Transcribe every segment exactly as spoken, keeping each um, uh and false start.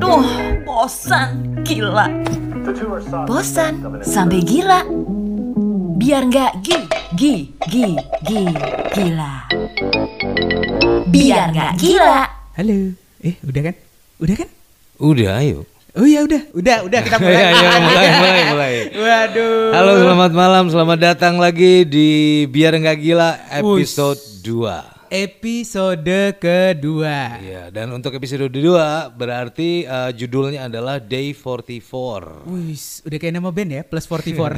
Uh, bosan, gila. Bosan sampai gila. Biar nggak gi, gi, gi, gi, gila. Biar nggak gila. Halo, eh udah kan? Udah kan? Udah, ayo. Oh ya udah, udah, udah kita mulai. Ayo, mulai, mulai, mulai. Waduh. Halo, selamat malam, selamat datang lagi di Biar Nggak Gila episode dua. Episode kedua. Iya, dan untuk episode dua berarti uh, judulnya adalah Day forty-four. Wih, udah kayak nama band ya, Plus forty-four.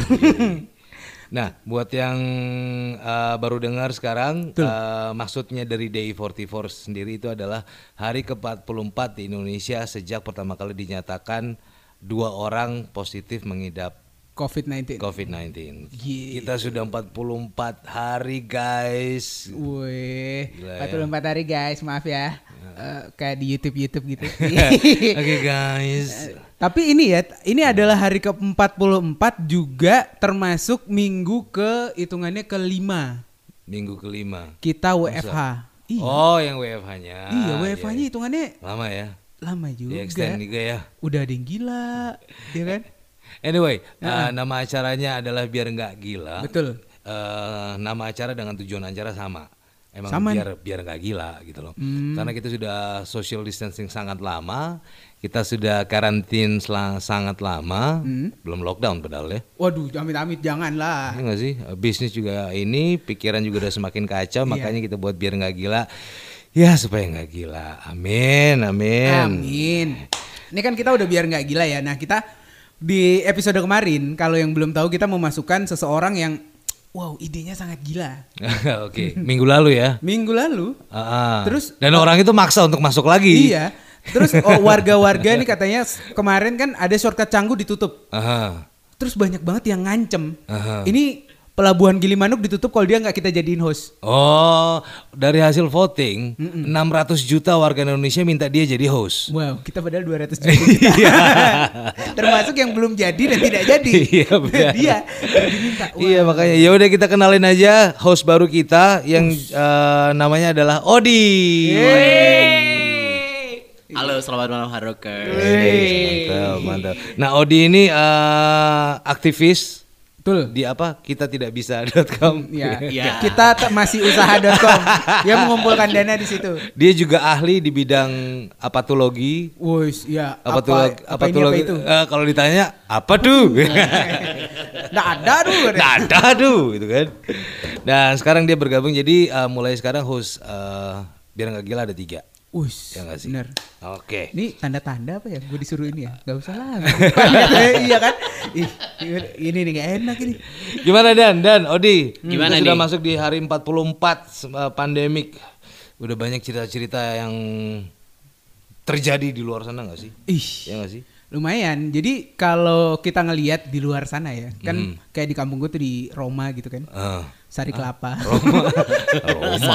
Nah, buat yang uh, baru dengar sekarang, uh, maksudnya dari Day forty-four sendiri itu adalah hari ke empat puluh empat di Indonesia sejak pertama kali dinyatakan dua orang positif mengidap covid sembilan belas. covid sembilan belas. Yeah. Kita sudah empat puluh empat hari, guys. Wih, Gila, empat puluh empat ya. hari guys, maaf ya. Uh, kayak di YouTube-YouTube gitu. Oke, okay, guys. Tapi ini ya, ini adalah hari ke empat puluh empat juga termasuk minggu ke hitungannya kelima. Minggu kelima. Kita W F H. Iya. Oh, yang W F H-nya. Iya, W F H-nya hitungannya lama ya. Lama juga. Di-extend juga ya. Udah ada yang gila, ya kan? Anyway, uh-uh. uh, nama acaranya adalah Biar Nggak Gila. Betul. Uh, nama acara dengan tujuan acara sama. Emang sama biar biar nggak gila gitu loh. Hmm. Karena kita sudah social distancing sangat lama, kita sudah karantin selang, sangat lama, hmm. belum lockdown padahal ya. Waduh, amit-amit janganlah. Iya nggak sih, bisnis juga ini, pikiran juga udah semakin kacau, makanya kita buat Biar Nggak Gila. Ya supaya nggak gila. Amin, amin. Amin. Ini kan kita udah biar nggak gila ya. Nah kita di episode kemarin, kalau yang belum tahu kita memasukkan seseorang yang wow, idenya sangat gila. Oke, okay. Minggu lalu ya. Minggu lalu. Uh-uh. Terus dan orang itu maksa untuk masuk lagi. Iya. Terus oh, warga-warga nih katanya kemarin kan ada shortcut Canggu ditutup. Uh-huh. Terus banyak banget yang ngancem. Uh-huh. Ini pelabuhan Gilimanuk ditutup kalau dia nggak kita jadiin host. Oh, dari hasil voting Mm-mm. enam ratus juta warga Indonesia minta dia jadi host. Wow, kita padahal dua ratus juta. Termasuk yang belum jadi dan tidak jadi. Iya, dia diminta. Wow. Iya, makanya ya udah kita kenalin aja host baru kita yang uh, namanya adalah Odi. Yeay. Halo, selamat malam Hardrocker. Mantap, mantap. Nah, Odi ini uh, aktivis. Betul. Di apa? Kita tidak bisa .com. Ya, ya. Kita t- masih usaha .com. Dia mengumpulkan dana di situ. Dia juga ahli di bidang apatologi. Wis, ya. Apatologi, apa, apatologi. apa itu? Uh, kalau ditanya, apa tuh? Nggak ada tuh. Nggak ada tuh, gitu kan. Dan sekarang dia bergabung. Jadi uh, mulai sekarang host uh, Biar Nggak Gila ada tiga. Wus, ya sih? Bener. Oke. Ini tanda-tanda apa ya? Gue disuruh ini ya? Gak usah lah. Iya kan? Ih, ini nih gak enak ini. Gimana Dan? Dan, Odi. Gimana kita sudah nih? masuk di hari empat puluh empat uh, pandemik. Udah banyak cerita-cerita yang terjadi di luar sana gak sih? Ih. Ya gak sih? Lumayan. Jadi kalau kita ngelihat di luar sana ya, kan hmm. kayak di kampung gue tuh di Roma gitu kan. Uh. Sari Kelapa. Uh. Roma. Roma.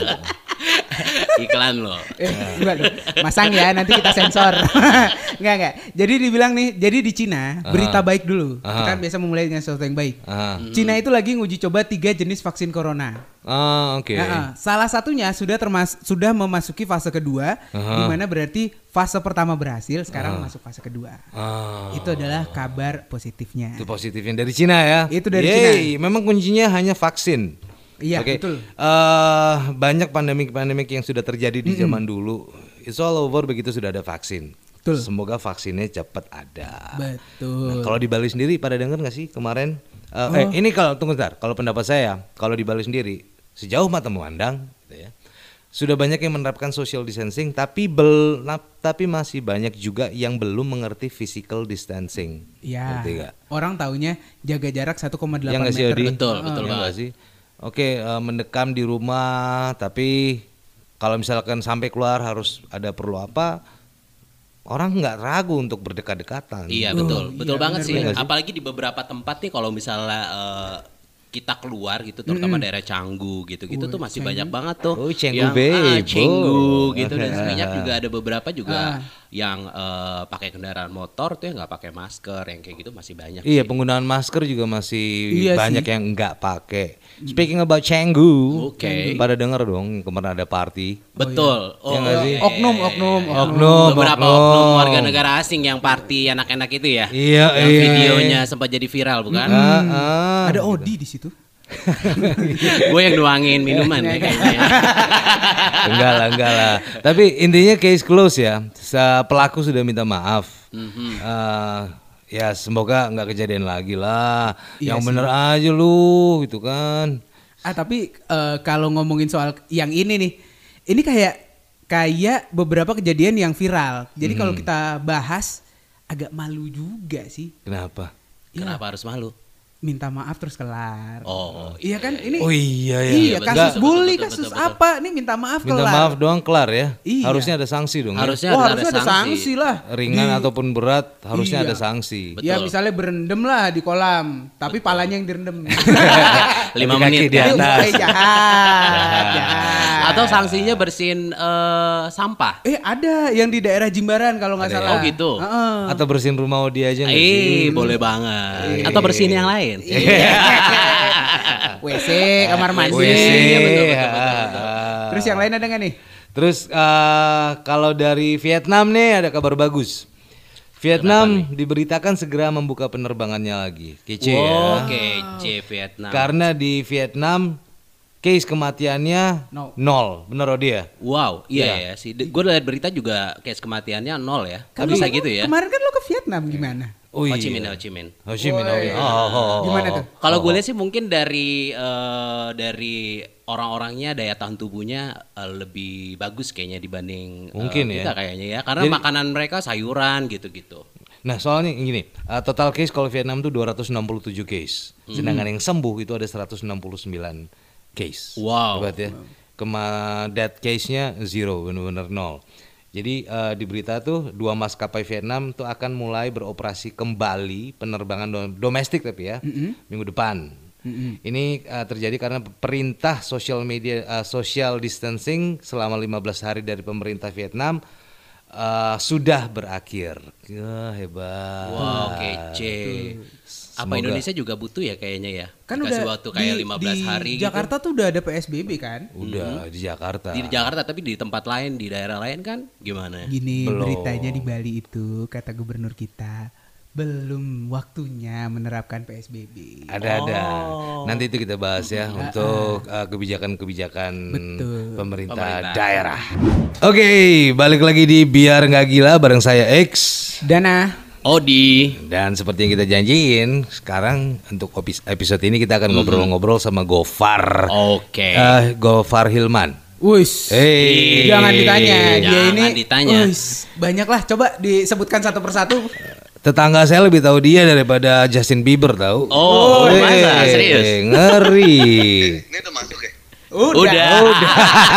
Iklan loh. Eh, masang ya, nanti kita sensor. Enggak enggak. Jadi dibilang nih, jadi di Cina uh-huh. berita baik dulu. Uh-huh. Kita biasa memulai dengan sesuatu yang baik. Uh-huh. Cina itu lagi nguji coba tiga jenis vaksin corona. Uh, Oke. Okay. Uh-huh. Salah satunya sudah termas sudah memasuki fase kedua, uh-huh. di mana berarti fase pertama berhasil, sekarang uh-huh. masuk fase kedua. Uh-huh. Itu adalah kabar positifnya. Itu positifnya dari Cina ya. Itu dari Yeay, Cina. Memang kuncinya hanya vaksin. Iya, okay. betul. Uh, banyak pandemik-pandemik yang sudah terjadi di mm-hmm. zaman dulu. It's all over begitu sudah ada vaksin. Betul. Semoga vaksinnya cepat ada. Betul. Nah, kalau di Bali sendiri pada dengar nggak sih kemarin? Uh, oh. Eh ini kalau tunggu bentar. Kalau pendapat saya, kalau di Bali sendiri sejauh mata memandang, gitu ya, sudah banyak yang menerapkan social distancing, tapi bel, tapi masih banyak juga yang belum mengerti physical distancing. Iya. Orang taunya jaga jarak satu koma delapan ya, meter. Betul, betul ya, banget sih. Oke, uh, mendekam di rumah, tapi kalau misalkan sampai keluar harus ada perlu apa, orang nggak ragu untuk berdekat-dekatan. Iya betul, oh, betul iya, banget sih. sih. Apalagi di beberapa tempat nih, kalau misalnya uh, kita keluar gitu, terutama mm-hmm. daerah Canggu gitu-gitu oh, tuh masih Canggu. Banyak banget tuh. Oh, Canggu yang babe. ah, Canggu gitu dan seminyak juga ada beberapa juga. yang uh, pakai kendaraan motor tuh yang nggak pakai masker, yang kayak gitu masih banyak. Iya, sih. penggunaan masker juga masih Iya banyak sih. yang nggak pakai. Speaking about Canggu, Oke. pada denger dong kemarin ada party. Betul. Iya nggak sih? iya, Oknum, iya, oknum, iya. Oknum, Beberapa oknum. oknum warga negara asing yang party enak-enak itu ya. Iya, Yang iya. videonya sempat jadi viral bukan? Ah, ah. Ada Odi di situ. Gue yang nuangin minuman ya kayaknya. enggak lah, enggak lah. Tapi intinya case close ya. Sa- Pelaku sudah minta maaf. Eh, ya semoga nggak kejadian lagi lah. Iya Yang sih. bener aja lu, gitu kan. Ah tapi eh, kalau ngomongin soal yang ini nih, ini kayak kayak beberapa kejadian yang viral. Jadi kalau kita bahas agak malu juga sih. Kenapa? Kenapa harus malu? Minta maaf terus kelar. Oh, iya kan? Ini Oh iya ya. iya, betul, kasus betul, bully, betul, kasus betul, betul. apa? Nih minta maaf Minta kelar. maaf doang kelar ya. Iya. Harusnya ada sanksi dong. ya. Harusnya Wah, ada, harusnya ada sanksi lah. Ringan Di- ataupun berat harusnya Iya. ada sanksi. Betul. Ya misalnya berendam lah di kolam, tapi palanya yang direndam. Lima Kaki menit di kan? atas. Eh, jahat, jahat. Atau sanksinya bersihin eh, sampah. Eh ada yang di daerah Jimbaran kalau nggak Ada ya? salah. Oh, gitu. Heeh. Atau bersihin rumah Odi aja nggak sih? Eh, boleh banget. Atau bersihin yang lain. W C, kamar mandi. W C. Iya, betul, betul, ah, betul, betul. ah. Terus yang lain ada nggak nih? Terus eh, kalau dari Vietnam nih ada kabar bagus. Vietnam diberitakan segera membuka penerbangannya lagi. Kece ya. Oke, J Vietnam. Karena di Vietnam case kematiannya No. nol. Bener Odi ya? Wow, iya Iya. ya sih. Gue lihat berita juga case kematiannya nol ya. Kan Bisa lu- gitu ya. Kemarin kan lo ke Vietnam gimana? Oh Ho Chi Minh, Ho Chi Minh. Ho Chi Minh, oh, iya. Oh, oh, oh, Gimana oh. tuh? Kalau gue lihat sih mungkin dari eh, dari orang-orangnya daya tahan tubuhnya eh, lebih bagus kayaknya dibanding eh, Mungkin ya. kita kayaknya ya. Karena Jadi- makanan mereka sayuran gitu-gitu. Nah soalnya gini, uh, total case kalau Vietnam tuh dua ratus enam puluh tujuh case, sedangkan yang sembuh itu ada seratus enam puluh sembilan case. Wow. Hebat ya. Kema death case-nya zero, benar-benar nol. Jadi uh, di berita tuh dua maskapai Vietnam tuh akan mulai beroperasi kembali penerbangan do- domestik tapi ya minggu depan. Ini uh, terjadi karena perintah social media uh, social distancing selama lima belas hari dari pemerintah Vietnam uh, sudah berakhir. Wah, hebat. Wow, kece. Apa Semoga- Indonesia juga butuh ya kayaknya ya? Kan Dikasih udah waktu kayak di, lima belas di hari Jakarta tuh udah ada P S B B kan? Udah di Jakarta. gitu. Di Jakarta tapi di tempat lain, di daerah lain kan gimana? Gini Belum. beritanya di Bali itu kata gubernur kita belum waktunya menerapkan P S B B. Ada-ada. Oh. Nanti itu kita bahas ya untuk uh, kebijakan-kebijakan Betul. pemerintah, Pemerintah. daerah. Oke, balik lagi di Biar Nggak Gila bareng saya X. Dana. Odi. Dan seperti yang kita janjiin, sekarang untuk opis- episode ini kita akan ngobrol-ngobrol sama Gofar. Oke. Eh, Gofar Hilman. Wis. Hey. Jangan ditanya, dia Jangan ini. ditanya. Wis, banyak lah. Coba disebutkan satu persatu. Tetangga saya lebih tahu dia daripada Justin Bieber tahu. Oh, Wey, masa? Serius? Ngeri. Ini udah masuk ya? Udah. Udah.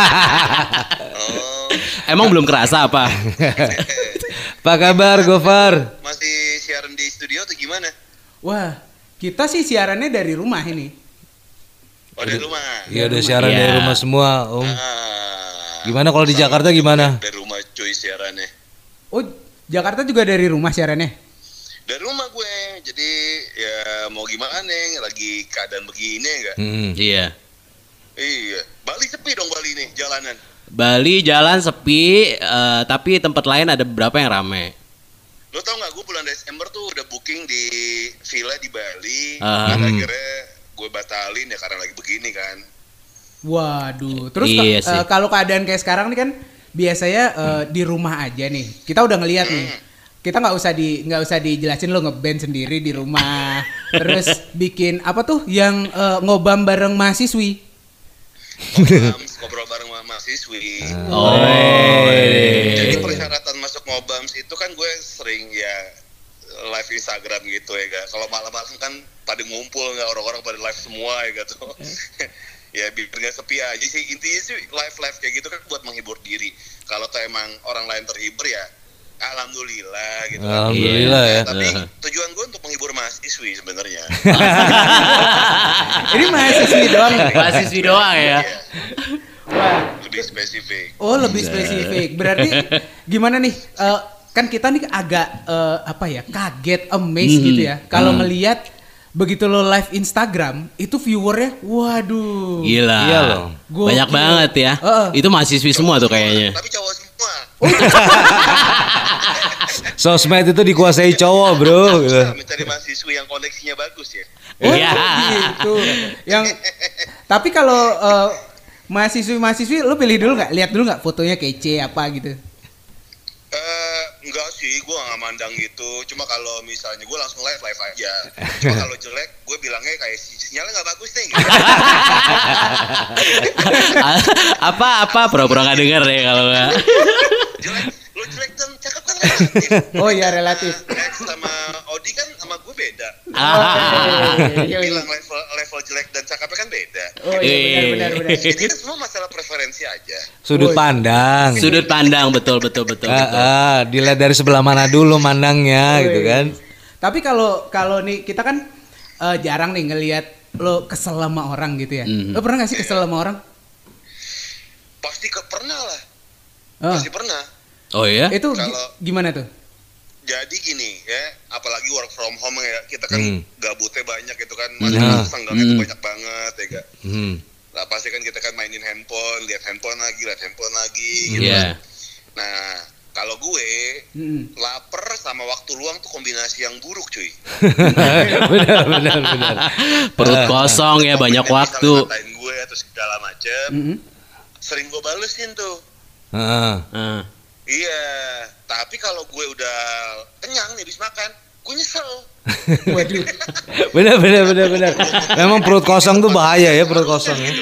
Emang belum kerasa apa? Apa kabar Gofar? Masih siaran di studio atau gimana? Wah, kita sih siarannya dari rumah ini. Oh dari rumah. Iya udah siaran Iya. dari rumah semua Om. Ah, Gimana kalau di Jakarta gimana? dari rumah cuy siarannya. Oh, Jakarta juga dari rumah siarannya? Dari rumah gue. Jadi ya mau gimana nih lagi keadaan begini enggak? Hmm. Iya. Iya. Bali sepi dong Bali nih jalanan. Bali jalan sepi, eh, tapi tempat lain ada beberapa yang rame. Lo tau nggak gue bulan Desember tuh udah booking di villa di Bali. Ah. Dan akhirnya gue batalin ya karena lagi begini kan. Waduh, terus Iya ka- sih. eh, kalau keadaan kayak sekarang nih kan biasanya eh, di rumah aja nih. Kita udah ngeliat nih. Kita nggak usah di nggak usah dijelasin lo ngeband sendiri di rumah. Terus bikin apa tuh yang eh, ngobam bareng mahasiswi. Ngobams, ngobrol bareng sama mahasiswi. Oh. Jadi persyaratan masuk ngobams itu kan gue sering ya live Instagram gitu ya gak. Kalau malam-malam kan pada ngumpul nggak orang-orang pada live semua ya gitu. Ya biar nggak sepi aja sih, intinya sih live live kayak gitu kan buat menghibur diri. Kalau tuh emang orang lain terhibur ya alhamdulillah gitu. kan. Alhamdulillah ya. Tapi tujuan gue untuk menghibur mahasiswi sebenarnya. Ini mahasiswi doang. Mahasiswi doang ya. Iya, lebih spesifik. Oh lebih spesifik. Berarti gimana nih? Eh, kan kita nih agak uh, apa ya kaget, amazed hmm. gitu ya kalau hmm. ngelihat begitu lo live Instagram itu viewernya, waduh, gila, iya loh, banyak banget ya. Uh, itu mahasiswi semua tuh kayaknya. Tapi cowok semua. Sosmed itu dikuasai cowok bro. Mencari mahasiswi yang koneksinya bagus ya. Oh iya. Gitu. Yang tapi kalau uh, mahasiswi-mahasiswi lo pilih dulu nggak, lihat dulu nggak fotonya kece apa gitu? Uh, enggak sih, gue nggak mandang gitu. Cuma kalau misalnya gue langsung live live aja. Cuma kalau jelek, gue bilangnya kayak sinyalnya nggak bagus nih. Gitu. apa apa pura-pura nggak denger deh kalau nggak. Jelek, lo jelek dan cakep kan relatif. Oh iya relatif. Max sama Odi kan sama gue beda. Ah. Bilang level level jelek dan cakepnya kan beda. Oh iya benar benar benar. Jadi kan semua masalah preferensi aja. Sudut pandang. Sudut pandang betul betul betul. Ah, betul. ah, dilihat dari sebelah mana dulu mandangnya gitu kan. Tapi kalau kalau nih kita kan uh, jarang nih ngelihat lo kesel sama orang gitu ya. Mm-hmm. Lo pernah gak sih kesel sama orang? Pasti ke pernah lah. Oh. Pasti pernah. Oh iya? Itu Kalau, g- gimana tuh? Jadi gini ya, apalagi work from home ya, kita kan hmm. gabutnya banyak gitu kan, Hmm. masa senggangnya Hmm. tuh banyak banget ya gak? Hmm. Nah pasti kan kita kan mainin handphone, lihat handphone lagi, lihat handphone lagi gitu Yeah. kan. Nah kalau gue Mm-mm. lapar sama waktu luang tuh kombinasi yang buruk cuy. benar benar benar. Perut kosong ya, banyak waktu. Ngatain gue atau segala macem, Mm-hmm. sering gue balesin tuh. Ah. Ah. Iya, tapi kalau gue udah kenyang nih habis makan, gue nyesel. Waduh. benar benar benar benar. Memang perut kosong tuh bahaya ya, perut kosong ya.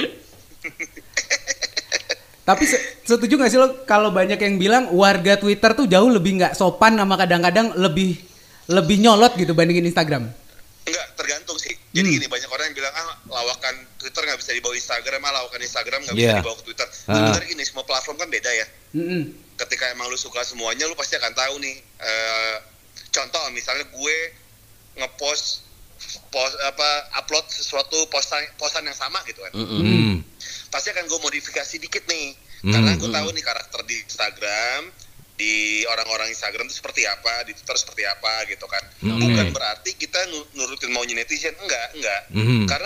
Tapi se- setuju gak sih lo kalau banyak yang bilang warga Twitter tuh jauh lebih nggak sopan sama kadang-kadang lebih lebih nyolot gitu bandingin Instagram? Enggak, tergantung sih. Jadi Hmm. gini, banyak orang yang bilang, ah lawakan Twitter nggak bisa dibawa Instagram, ah lawakan Instagram nggak Yeah. bisa dibawa ke Twitter. Ah. Sebenarnya gini, semua platform kan beda ya. Mm-mm. Ketika emang lu suka semuanya, lu pasti akan tahu nih. Uh, contoh, misalnya gue ngepost post apa upload sesuatu postan postan yang sama gitu kan. Hmm. Pasti akan gue modifikasi dikit nih. Hmm. Karena gue tahu nih karakter di Instagram, di orang-orang Instagram itu seperti apa, di Twitter seperti apa gitu kan. Hmm. Bukan berarti kita nu- nurutin maunya netizen, enggak, enggak. Hmm. Karena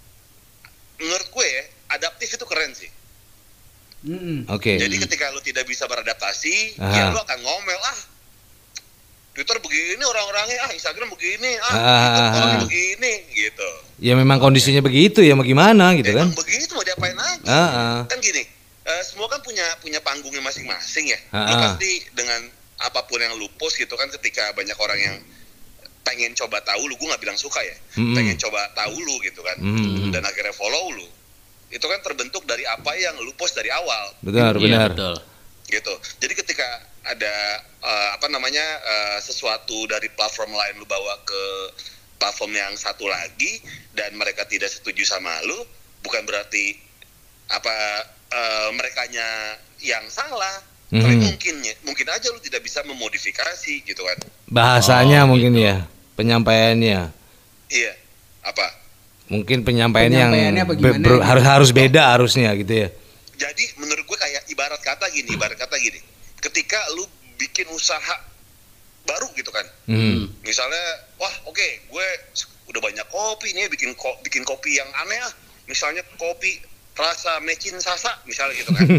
menurut gue ya, adaptif itu keren sih. Mm-mm. Oke. Jadi ketika lu tidak bisa beradaptasi, Aha. ya lu akan ngomel, ah Twitter begini orang-orangnya, ah Instagram begini, ah Ah. YouTube orangnya begini gitu. Ya memang kondisinya begitu ya, mau gimana gitu kan? Emang begitu, mau diapain lagi? Ah, ah. Kan gini, uh, semua kan punya punya panggungnya masing-masing ya. Ah, Lu ah. pasti dengan apapun yang lu post gitu kan, ketika banyak orang yang pengen coba tahu lu, gue nggak bilang suka ya, Mm-mm. pengen coba tahu lu gitu kan, Mm-mm. dan akhirnya follow lu, itu kan terbentuk dari apa yang lu post dari awal Benar Iya, benar. betul. gitu. Jadi ketika ada uh, apa namanya uh, sesuatu dari platform lain lu bawa ke platform yang satu lagi dan mereka tidak setuju sama lu, bukan berarti apa uh, merekanya yang salah. Mhm. Tapi mungkin mungkin aja lu tidak bisa memodifikasi gitu kan. Bahasanya Oh, mungkin gitu. ya, penyampaiannya. Iya. Apa? Mungkin penyampaiannya yang Penyampaiannya apa be- gimana ber- gitu? harus harus beda harusnya gitu ya. Jadi menurut gue kayak ibarat kata gini, ibarat kata gini. Ketika lu bikin usaha baru gitu kan. Hmm. Misalnya, wah oke, okay, gue udah banyak kopi nih, bikin ko- bikin kopi yang aneh ah. Misalnya kopi rasa mecin sasa, misalnya gitu kan.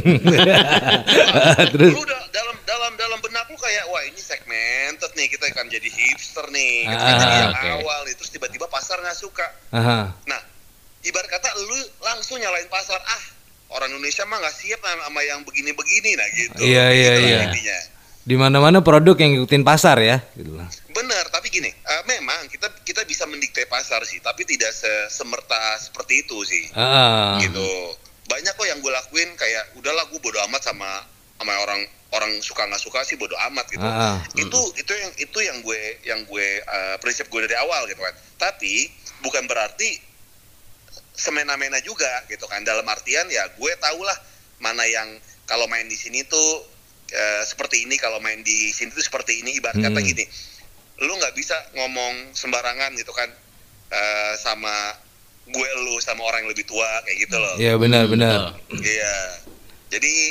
Wah, Terus? lu udah dalam dalam dalam benak lu kayak, wah ini segmented nih, kita akan jadi hipster nih, kita Ah, kan jadi yang oke. awal nih, terus tiba-tiba pasar nggak suka. Aha. Nah, ibarat kata lu langsung nyalain pasar, ah orang Indonesia mah nggak siap sama sama yang begini-begini, nah gitu. Iya, iya, Gitu lah iya. intinya. Di mana-mana produk yang ngikutin pasar ya, gitu lah. Benar, tapi gini, uh, memang kita kita bisa mendikte pasar sih, tapi tidak se- semerta seperti itu sih, Ah. gitu. Banyak kok yang gue lakuin kayak, udahlah gue bodo amat sama sama orang orang suka nggak suka sih bodo amat gitu. Ah. Itu itu yang itu yang gue yang gue uh, prinsip gue dari awal gitu kan. Tapi bukan berarti semena-mena juga gitu kan. Dalam artian ya gue tahulah mana yang kalau main di sini tuh uh, seperti ini, kalau main di sini tuh seperti ini. Ibarat kata Hmm. gini, lu nggak bisa ngomong sembarangan gitu kan uh, sama gue lu sama orang yang lebih tua kayak gitu loh. Iya benar-benar. Iya. Jadi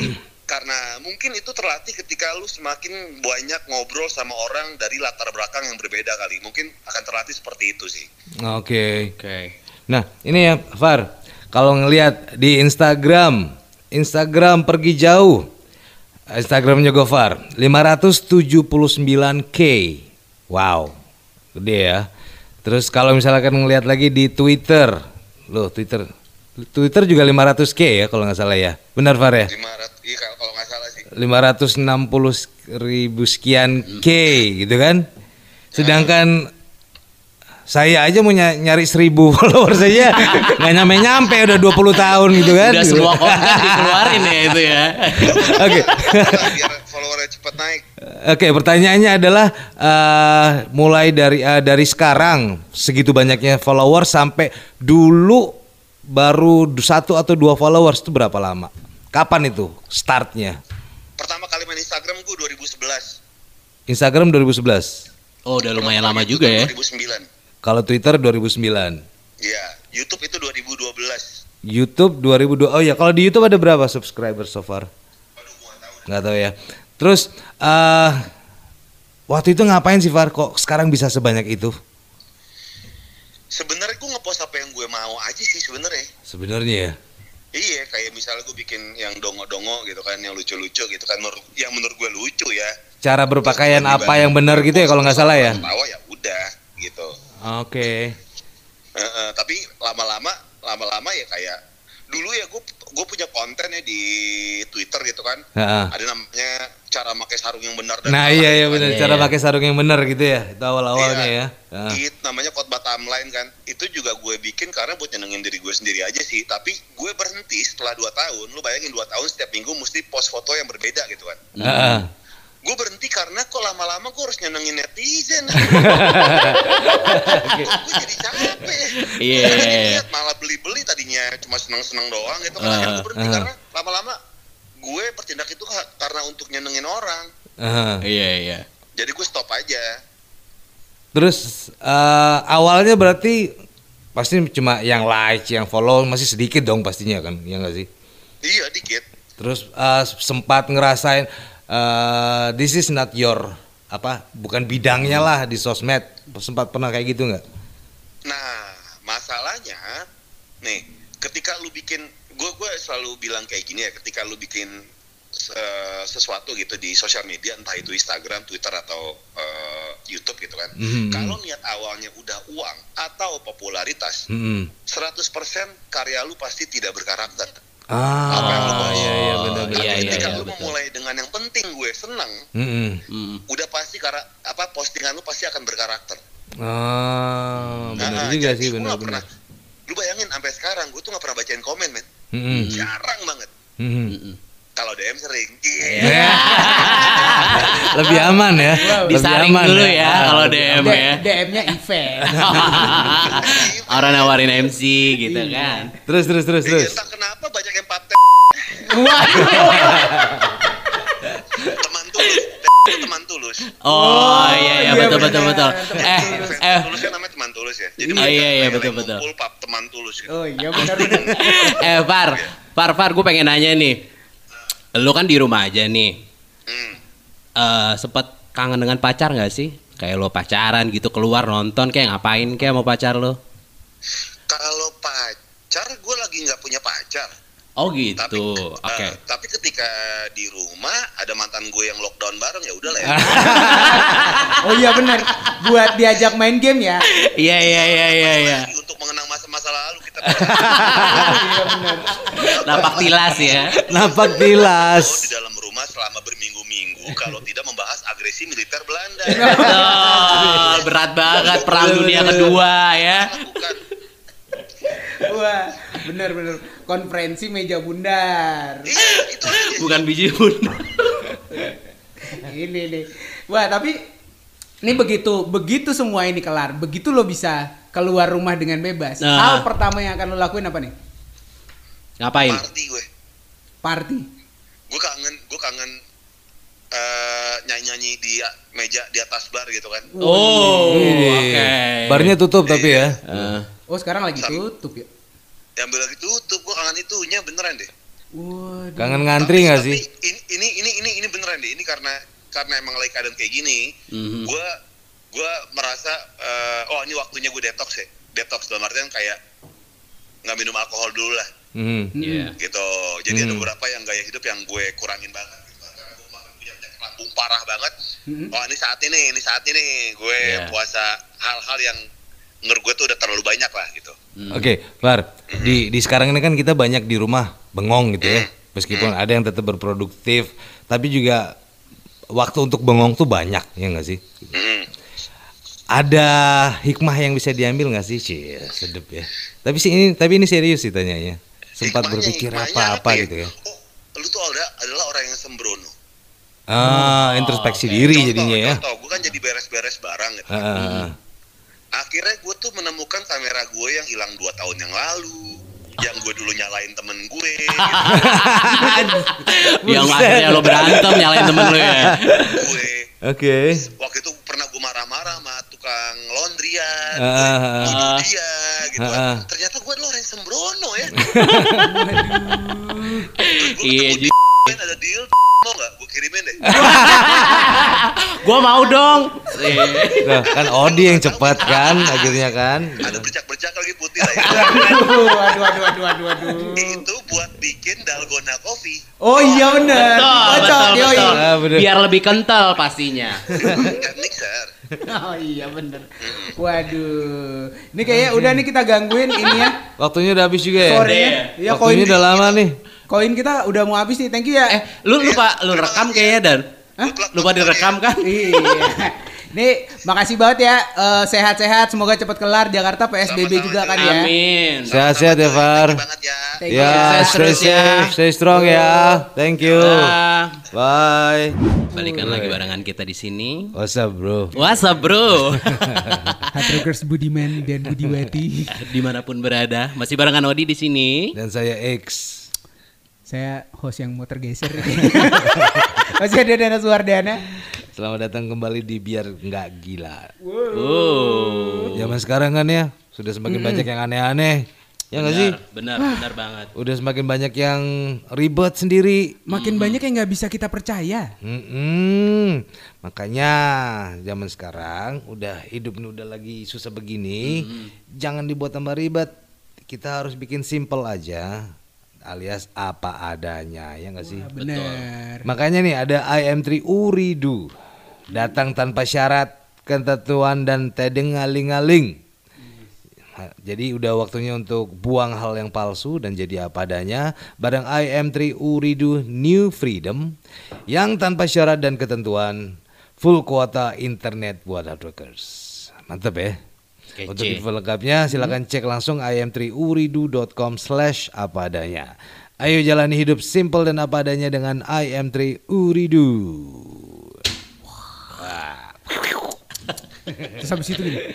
karena mungkin itu terlatih ketika lu semakin banyak ngobrol sama orang dari latar belakang yang berbeda kali. Mungkin akan terlatih seperti itu sih. Oke. Oke. Okay. Nah, ini ya Far, kalau ngelihat di Instagram, Instagram pergi jauh. Instagramnya Gofar, lima ratus tujuh puluh sembilan K. Wow. Gede ya. Terus kalau misalkan ngelihat lagi di Twitter, loh Twitter. Twitter juga lima ratus K ya kalau nggak salah ya. Benar Far ya? lima ratus, iya kalau nggak salah sih. lima ratus enam puluh ribu sekian K gitu kan. Sedangkan saya aja mau ny- nyari seribu follower saja nggak nyampe-nyampe udah dua puluh tahun gitu kan. Udah semua konten dikeluarin ya itu ya. Oke. Biar followernya cepat naik. Oke, pertanyaannya adalah uh, mulai dari uh, dari sekarang segitu banyaknya follower sampai dulu baru satu atau dua followers itu berapa lama? Kapan itu startnya? Pertama kali main Instagram gue dua ribu sebelas. Instagram dua ribu sebelas. Oh, udah lumayan lama juga ya. dua ribu sembilan. Kalau Twitter dua ribu sembilan. Iya, YouTube itu dua ribu dua belas. YouTube dua ribu dua. Oh ya, kalau di YouTube ada berapa subscriber so far? Nggak tahu ya. Terus uh, waktu itu ngapain sih Far? Kok sekarang bisa sebanyak itu? Sebenarnya gue ngepost apa yang gue mau aja sih sebenarnya. Sebenarnya ya. Iya, kayak misalnya gue bikin yang dongo-dongo gitu kan, yang lucu-lucu gitu kan, menurut, yang menurut gue lucu ya. Cara berpakaian apa yang benar gitu ya kalau nggak salah ya? Tawa ya udah gitu. Oke. Okay. Uh, uh, tapi lama-lama, lama-lama ya kayak dulu ya gue gue punya konten ya di Twitter gitu kan. Ha-ha. Ada namanya cara pakai sarung yang benar dan Nah salah iya iya gitu kan. benar, Iya, cara iya. pakai sarung yang benar gitu ya. Itu awal-awalnya Iya. ya. Ah. Itu namanya khotbah timeline kan. Itu juga gue bikin karena buat nyenengin diri gue sendiri aja sih. Tapi gue berhenti setelah dua tahun. Lu bayangin dua tahun setiap minggu mesti post foto yang berbeda gitu kan. Ah. Gue berhenti karena kok lama-lama gue harus nyenengin netizen. Gue jadi capek. Iya. Lihat malah beli-beli tadinya cuma seneng-seneng doang gitu kan. Akhirnya gue berhenti Uh, uh. karena lama-lama gue bertindak itu ka- karena untuk nyenengin orang. Ah. Iya, iya. Jadi gue stop aja. Terus eh, awalnya berarti pasti cuma yang like, yang follow masih sedikit dong pastinya kan, ya nggak sih? Iya dikit. Terus eh, sempat ngerasain eh, this is not your apa, bukan bidangnya lah di sosmed. Sempat pernah kayak gitu nggak? Nah, masalahnya nih, ketika lu bikin, gue gue selalu bilang kayak gini ya, ketika lu bikin uh, sesuatu gitu di sosial media, entah itu Instagram, Twitter atau uh, YouTube gitu kan, Mhm. kalau niat awalnya udah uang atau popularitas, Mm-mm. seratus persen karya lu pasti tidak berkarakter. Ah, Apa yang lu post? iya iya benar Tapi benar. iya, ketika iya, lu betul. memulai dengan yang penting gue seneng, Mm-mm. Hmm. udah pasti kara, apa postingan lu pasti akan berkarakter. Ah, benar Nah, juga jadi sih, gua nggak benar-benar. pernah- Lu bayangin sampai sekarang gue tuh nggak pernah bacain komen, men. Mm-mm. Jarang banget. Mm-mm. Mm-mm. Kalau D M sering. Ya. Lebih aman ya. Lebih Disaring aman dulu ya kalau D M D- ya. D M-nya event. Orang nawarin M C gitu kan. Terus terus terus Iya, terus. entah kenapa banyak yang paten teman tulus. Teman tulus. Oh iya iya iya, betul betul benar. betul. Eh Fans eh tulus kan namanya teman tulus ya. Jadi Oh, mereka iya, iya, kayak betul, lagi betul. ngumpul pap teman tulus gitu. Oh iya benar-benar. eh Far, Far Far gue pengen nanya nih. Lu kan di rumah aja nih. Hmm. Eh sempet kangen dengan pacar nggak sih? Kayak lo pacaran gitu keluar nonton kayak ngapain kayak mau pacar lo? Kalau pacar, gue lagi nggak punya pacar. Oh Tapi, gitu. Oke. eh, tapi ketika di rumah ada mantan gue yang lockdown bareng ya udah lah ya. Oh iya benar. Buat diajak main game ya. Iya iya iya iya iya. Lagi untuk mengenang masa-masa lalu kita. Iya benar. Napak tilas ya. Napak Oh, tilas. di dalam rumah selama berminggu-minggu kalau tidak membahas agresi militer Belanda. Betul, berat banget perang dunia kedua ya. Lakukan. Wah, benar-benar konferensi meja bundar. Iya, itu aja. Bukan biji bunda. Ini nih. Wah, tapi ini begitu begitu semua ini kelar, begitu lo bisa keluar rumah dengan bebas. Nah. Hal pertama yang akan lo lakuin apa nih? Ngapain? Party gue. Party. Gue kangen, gue kangen eh, nyanyi-nyanyi di meja di atas bar gitu kan. Oh, Wih. oke. Barnya tutup tapi ya. Eh, Oh, sekarang lagi tutup ya. Yang lagi tutup, gue kangen itunya beneran deh. Waduh. Kangen ngantri nggak sih? Ini, ini ini ini ini beneran deh. Ini karena karena emang lagi keadaan kayak gini. Mm-hmm. Gue gue merasa uh, oh ini waktunya gue detox ya. Detox dalam artian kayak nggak minum alkohol dulu lah. Mm-hmm. Yeah. Gitu. Jadi mm-hmm. ada beberapa yang gaya hidup yang gue kurangin banget. Karena gue makan punya penyakit lambung parah banget. Mm-hmm. Oh ini saat ini, ini saat ini gue yeah. puasa hal-hal yang menurut gue tuh udah terlalu banyak lah gitu. Hmm. Oke, okay, Var, mm-hmm. di di sekarang ini kan kita banyak di rumah bengong gitu ya. Meskipun mm-hmm. ada yang tetap berproduktif, tapi juga waktu untuk bengong tuh banyak, ya nggak sih? Mm-hmm. Ada hikmah yang bisa diambil nggak sih? Cie, sedep ya. Tapi sih ini, tapi ini serius sih tanyanya. Sempat hikmahnya, berpikir apa-apa apa gitu ya? Oh, lu tuh ada, adalah orang yang sembrono. Ah, oh, introspeksi okay. diri contoh, jadinya ya. Contoh, gue kan jadi beres-beres barang gitu. Uh, hmm. Akhirnya gue tuh menemukan kamera gue yang hilang dua tahun yang lalu, yang gue dulu nyalain temen gue. Gitu. Yang akhirnya lo berantem nyalain temen lo ya. Gue. Oke. Okay. Waktu itu pernah gue marah-marah sama tukang laundryan, uh, gue uh, dia, gitu. Uh, Ternyata gue adalah orang yang sembrono ya. Iya juga. Ada deal, mau nggak? Gue kirimin deh. Gue mau dong. Nah, kan Odi yang cepat kan, akhirnya kan. Ada bercak-bercak lagi putih lah ya. Aduh, aduh, aduh, aduh, aduh, aduh. Itu buat bikin dalgona coffee. Oh iya benar. Betul, betul, betul. Ah, biar lebih kental pastinya. Kan mixer. Oh iya bener. Waduh. Ini kayaknya udah nih kita gangguin ini ya. Waktunya udah habis juga ya. Sorenya. Ya, waktunya udah lama nih. Koin kita udah mau habis nih, thank you ya. Eh, lu lupa lu rekam kayaknya Dan. Hah? Lupa direkam kan? Iya. Nih, makasih banget ya. Uh, sehat-sehat, semoga cepat kelar Jakarta P S B B sama-sama juga kan ya. Amin. Sehat-sehat ya, Far. Ya, ya stay safe, stay strong ya. Thank you. Bye. Balikan lagi barengan kita di sini. What's up, bro? What's up, bro? Hardrockers Budiman dan Budiwati. Dimanapun berada, masih barengan Odi di sini. Dan saya X. Saya host yang mau tergeser. Masih ada Dana Suwardana. Selamat datang kembali di Biar Nggak Gila. Wow. Zaman sekarang kan ya sudah semakin mm-hmm. banyak yang aneh-aneh. Ya nggak sih? Benar, benar banget. Udah semakin banyak yang ribet sendiri. Makin mm-hmm. banyak yang nggak bisa kita percaya. Mm-hmm. Makanya zaman sekarang udah hidup udah lagi susah begini. Mm-hmm. Jangan dibuat tambah ribet. Kita harus bikin simple aja. Alias apa adanya, ya nggak sih? Wah, bener. Makanya nih ada I M three Uridu, datang tanpa syarat, ketentuan dan tedengaling-aling. Jadi udah waktunya untuk buang hal yang palsu dan jadi apa adanya. Barang I M three Uridu New Freedom, yang tanpa syarat dan ketentuan, full kuota internet buat hardworkers. Mantap ya. Kece. Untuk info lengkapnya silakan cek langsung i m three uridu dot com slash apa adanya. Ayo jalani hidup simple dan apa adanya dengan I M three Uridu. Wah. Terus habis itu gini.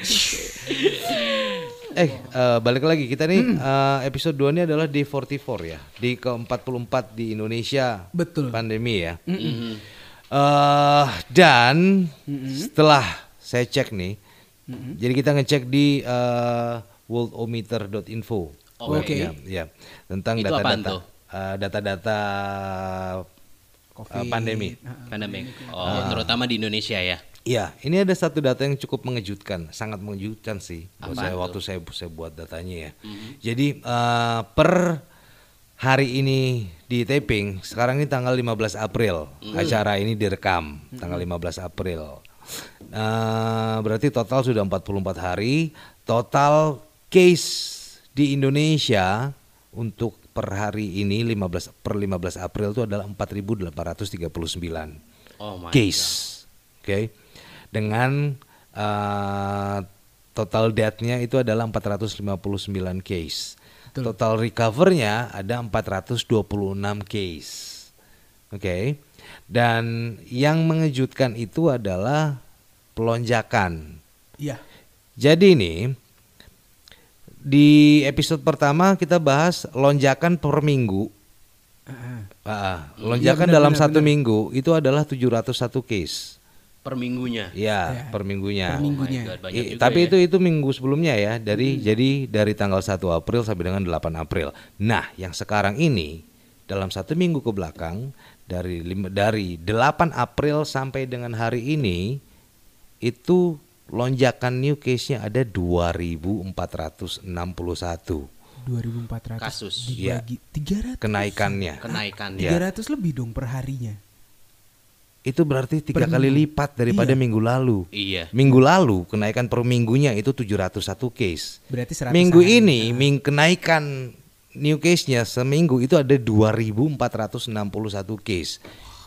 Eh uh, balik lagi kita nih hmm. uh, episode dua ini adalah day forty-four ya. Di ke empat puluh empat di Indonesia. Betul. Pandemi ya. Mm-hmm. Uh, dan mm-hmm. setelah saya cek nih. Mm-hmm. Jadi kita ngecek di uh, worldometer dot info. Oh, Oke. Okay. Ya, ya, tentang itu data-data uh, data-data uh, pandemi. Pandemi. Oh, uh, terutama di Indonesia ya. Iya, ini ada satu data yang cukup mengejutkan, sangat mengejutkan sih. Saya, waktu saya saya buat datanya ya. Mm-hmm. Jadi uh, per hari ini di taping, sekarang ini tanggal lima belas April. Mm. Acara ini direkam tanggal lima belas April. Uh, berarti total sudah empat puluh empat hari. Total case di Indonesia untuk per hari ini lima belas per lima belas April itu adalah empat ribu delapan ratus tiga puluh sembilan oh my case. Oke. Okay. Dengan uh, total death-nya itu adalah empat ratus lima puluh sembilan case. Betul. Total recover-nya ada empat ratus dua puluh enam case. Oke. Okay. Dan yang mengejutkan itu adalah pelonjakan. Iya. Jadi ini di episode pertama kita bahas lonjakan per minggu. Uh-huh. Ah, lonjakan ya, benar, dalam benar, satu benar. minggu itu adalah tujuh ratus satu case. Per minggunya. Ya, ya. per minggunya. Per minggunya. Oh God, I, tapi ya. itu itu minggu sebelumnya ya, dari hmm. jadi dari tanggal satu April sampai dengan delapan April. Nah, yang sekarang ini dalam satu minggu ke belakang dari lima, dari delapan April sampai dengan hari ini itu lonjakan new case-nya ada dua ribu empat ratus enam puluh satu dua ribu empat ratus kasus. Dibagi Ya. tiga ratus. Kenaikannya. Kenaikannya. tiga ratus lebih dong per harinya. Itu berarti tiga Per kali minggu. lipat daripada Iya. minggu lalu. Iya. Minggu lalu kenaikan per minggunya itu tujuh ratus satu case. Berarti seratus Minggu hari. ini ming kenaikan new case-nya seminggu itu ada dua ribu empat ratus enam puluh satu case.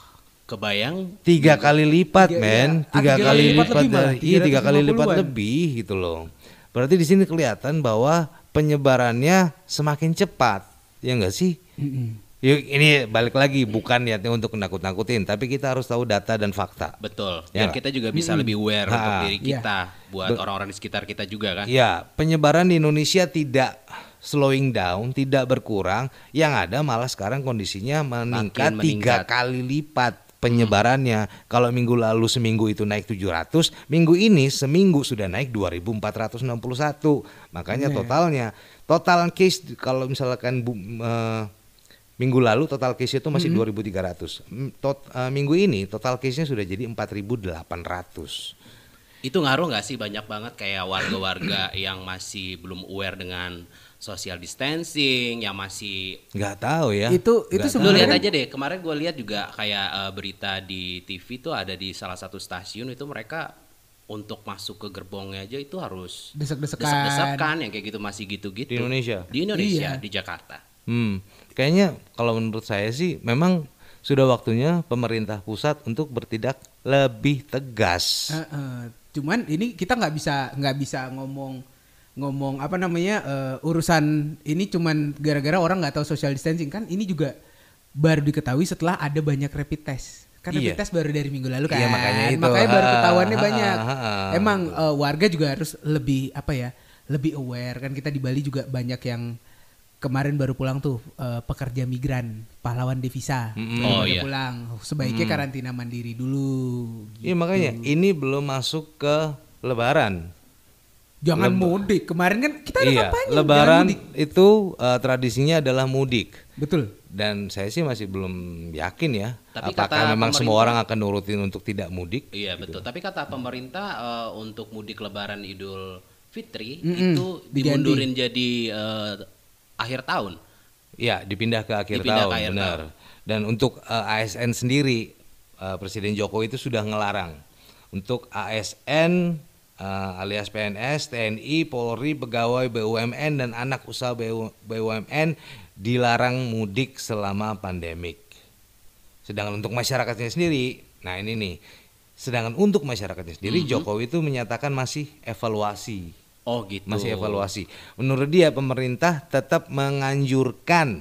Kebayang Tiga kali lipat, Tiga- men. iya. Tiga Ah, tiga kali kali lipat lipat lebih malah, dari iya tiga kali lipat tiga ratus lima puluhan. lebih gitu loh. Berarti di sini kelihatan bahwa penyebarannya semakin cepat. Ya enggak sih? Mm-mm. Yuk, ini balik lagi bukan niatnya untuk nakut-nakutin, tapi kita harus tahu data dan fakta. betul. Ya Biar nggak? kita juga bisa lebih aware untuk Ha. diri Iya. kita, buat Be- orang-orang di sekitar kita juga kan. Ya, penyebaran di Indonesia tidak slowing down, tidak berkurang. Yang ada malah sekarang kondisinya meningkat Makin tiga meningkat. kali lipat penyebarannya. Kalau minggu lalu seminggu itu naik tujuh ratus, minggu ini seminggu sudah naik dua ribu empat ratus enam puluh satu. Makanya Iya. totalnya, total case kalau misalkan bu, eh, minggu lalu total case itu masih dua ribu tiga ratus. M- tot- eh, minggu ini total case-nya sudah jadi empat ribu delapan ratus. Itu ngaruh nggak sih banyak banget kayak warga-warga yang masih belum aware dengan social distancing, yang masih Nggak tahu ya. Itu- itu Nggak lu sebenarnya lihat kan- aja deh, kemarin gue lihat juga kayak eh, berita di T V tuh ada di salah satu stasiun itu mereka untuk masuk ke gerbongnya aja itu harus Desek-desekan. desek-desekan yang kayak gitu masih gitu-gitu. Di Indonesia? Di Indonesia, Iya. di Jakarta. Hmm, kayaknya kalau menurut saya sih memang sudah waktunya pemerintah pusat untuk bertindak lebih tegas. Heeh. Cuman ini kita nggak bisa nggak bisa ngomong ngomong apa namanya eh, urusan ini cuman gara-gara orang nggak tahu social distancing kan ini juga baru diketahui setelah ada banyak rapid test. Kan Iya. rapid test baru dari minggu lalu kan. Iya, makanya itu. baru Ha, ketahuannya ha, banyak. ha, ha. Emang eh, warga juga harus lebih apa ya lebih aware kan kita di Bali juga banyak yang kemarin baru pulang tuh eh, pekerja migran pahlawan devisa. Mm-mm. Baru Oh, pada iya. pulang sebaiknya karantina mandiri dulu. Iya makanya ini belum masuk ke Lebaran. Jangan Leb- mudik. Kemarin kan kita ada Iya, kampanye. jangan Lebaran mudik. itu eh, tradisinya adalah mudik. Betul. Dan saya sih masih belum yakin ya, Tapi apakah kata memang semua pemerintah- orang akan nurutin untuk tidak mudik. Iya betul. Tapi kata pemerintah eh, untuk mudik Lebaran Idul Fitri Mm-mm, itu diganti. dimundurin jadi eh, akhir tahun. Ya, dipindah ke akhir Dipindah tahun, ke akhir benar. tahun. Dan untuk eh, A S N sendiri, eh, Presiden Jokowi itu sudah ngelarang untuk A S N eh, alias P N S, T N I, Polri, pegawai B U M N dan anak usaha B U M N dilarang mudik selama pandemik. Sedangkan untuk masyarakatnya sendiri, nah ini nih, sedangkan untuk masyarakatnya sendiri Jokowi itu menyatakan masih evaluasi. Oh gitu. Masih evaluasi. Menurut dia pemerintah tetap menganjurkan,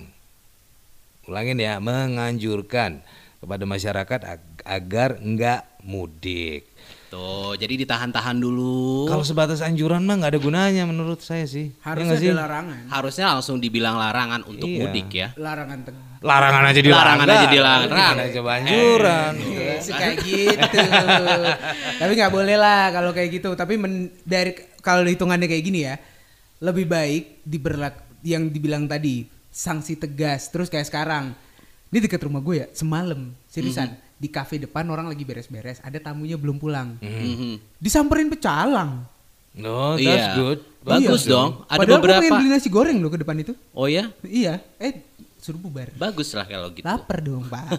ulangin ya, menganjurkan kepada masyarakat ag- agar enggak mudik. Tuh, jadi ditahan-tahan dulu. Kalau sebatas anjuran mah nggak ada gunanya menurut saya sih. Ya Harusnya nggak sih? ada larangan. Harusnya langsung dibilang larangan untuk Iya. mudik ya. Larangan tegas. Larangan aja dilarang. Larangan aja dilarang. Gimana coba anjuran. Sih kayak gitu. Tapi nggak boleh lah kalau kayak gitu. Tapi men- dari kalau hitungannya kayak gini ya, lebih baik diberlak yang dibilang tadi sanksi tegas. Terus kayak sekarang, ini dekat rumah gue ya, semalam seriusan di kafe depan orang lagi beres-beres, ada tamunya belum pulang, Mhm. disamperin pecalang. No, that's Iya. good. Bagus Iya. dong. Ada Padahal gue beberapa. pengen beli nasi goreng loh ke depan itu. Oh ya, Iya, eh suruh bubar. bagus lah kalau gitu. Lapar dong pak.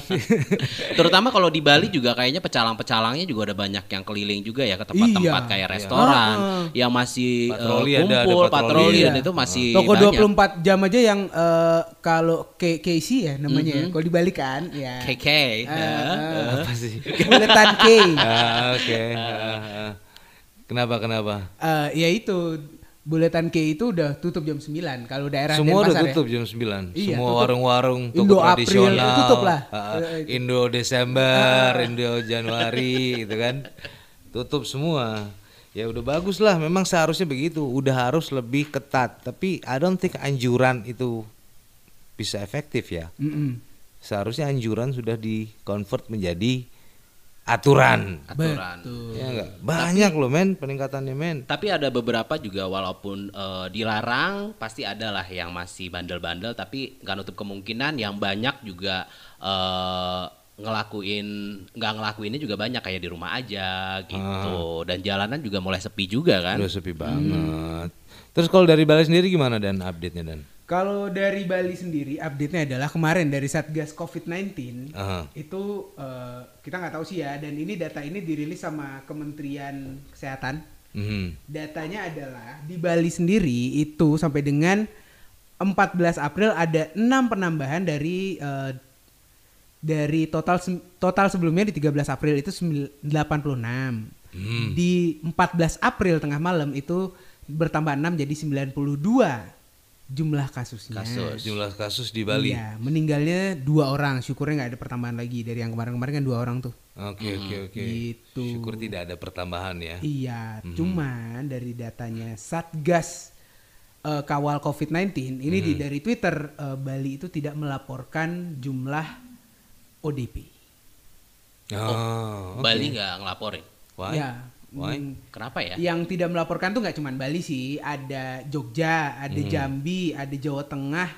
Terutama kalau di Bali juga kayaknya pecalang-pecalangnya juga ada banyak yang keliling juga ya ke tempat-tempat Iya. kayak restoran Heeh. yang masih eh, Patroli ada, ada kumpul, patroli. patroli Iya. dan itu masih Toko banyak. dua puluh empat jam aja yang eh, kalau K- Casey ya namanya ya. Mhm. Kalau dibalik kan ya. K K. Ah, ya. ah. Apa sih? Buletan K. Ah, oke. Ah, ah. Kenapa kenapa? Eh, ya itu Buletan K itu udah tutup jam sembilan kalau daerah Semua udah Denpasar tutup ya. jam sembilan. Iya, Semua tutup. warung-warung toko Indo April, tradisional. tutup lah. Ah, ah. Eh, itu. Indo Desember, Indo Januari gitu kan. Tutup semua. Ya udah bagus lah, memang seharusnya begitu. Udah harus lebih ketat. Tapi I don't think anjuran itu bisa efektif ya. Mm-mm. Seharusnya anjuran sudah di convert menjadi aturan. Aturan. Betul. Ya enggak? Banyak loh men peningkatannya men. Tapi ada beberapa juga walaupun uh, dilarang pasti ada lah yang masih bandel-bandel, tapi nggak nutup kemungkinan yang banyak juga uh, ngelakuin nggak ngelakuinnya juga banyak kayak di rumah aja gitu. Ah. Dan jalanan juga mulai sepi juga kan. Udah sepi banget. Hmm. Terus kalau dari Bali sendiri gimana Dan update-nya Dan? Kalau dari Bali sendiri update-nya adalah kemarin dari Satgas covid sembilan belas uh-huh. itu uh, kita nggak tahu sih ya, dan ini data ini dirilis sama Kementerian Kesehatan. Uh-huh. Datanya adalah di Bali sendiri itu sampai dengan empat belas April ada enam penambahan dari uh, dari total total sebelumnya di tiga belas April itu delapan puluh enam. Uh-huh. Di empat belas April tengah malam itu bertambah enam jadi sembilan puluh dua. Jumlah kasusnya. Kasus. Jumlah kasus di Bali. Iya, meninggalnya dua orang. Syukurnya nggak ada pertambahan lagi dari yang kemarin-kemarin kan dua orang tuh. Oke oke oke. Gitu. Syukur tidak ada pertambahan ya. Iya, hmm. cuman dari datanya Satgas uh, Kawal covid sembilan belas ini hmm. di dari Twitter uh, Bali itu tidak melaporkan jumlah O D P. Oh, oh okay. Bali nggak ngelaporin. Why? Ya. Why? Kenapa ya? Yang tidak melaporkan tuh nggak cuma Bali sih, ada Jogja, ada hmm. Jambi, ada Jawa Tengah,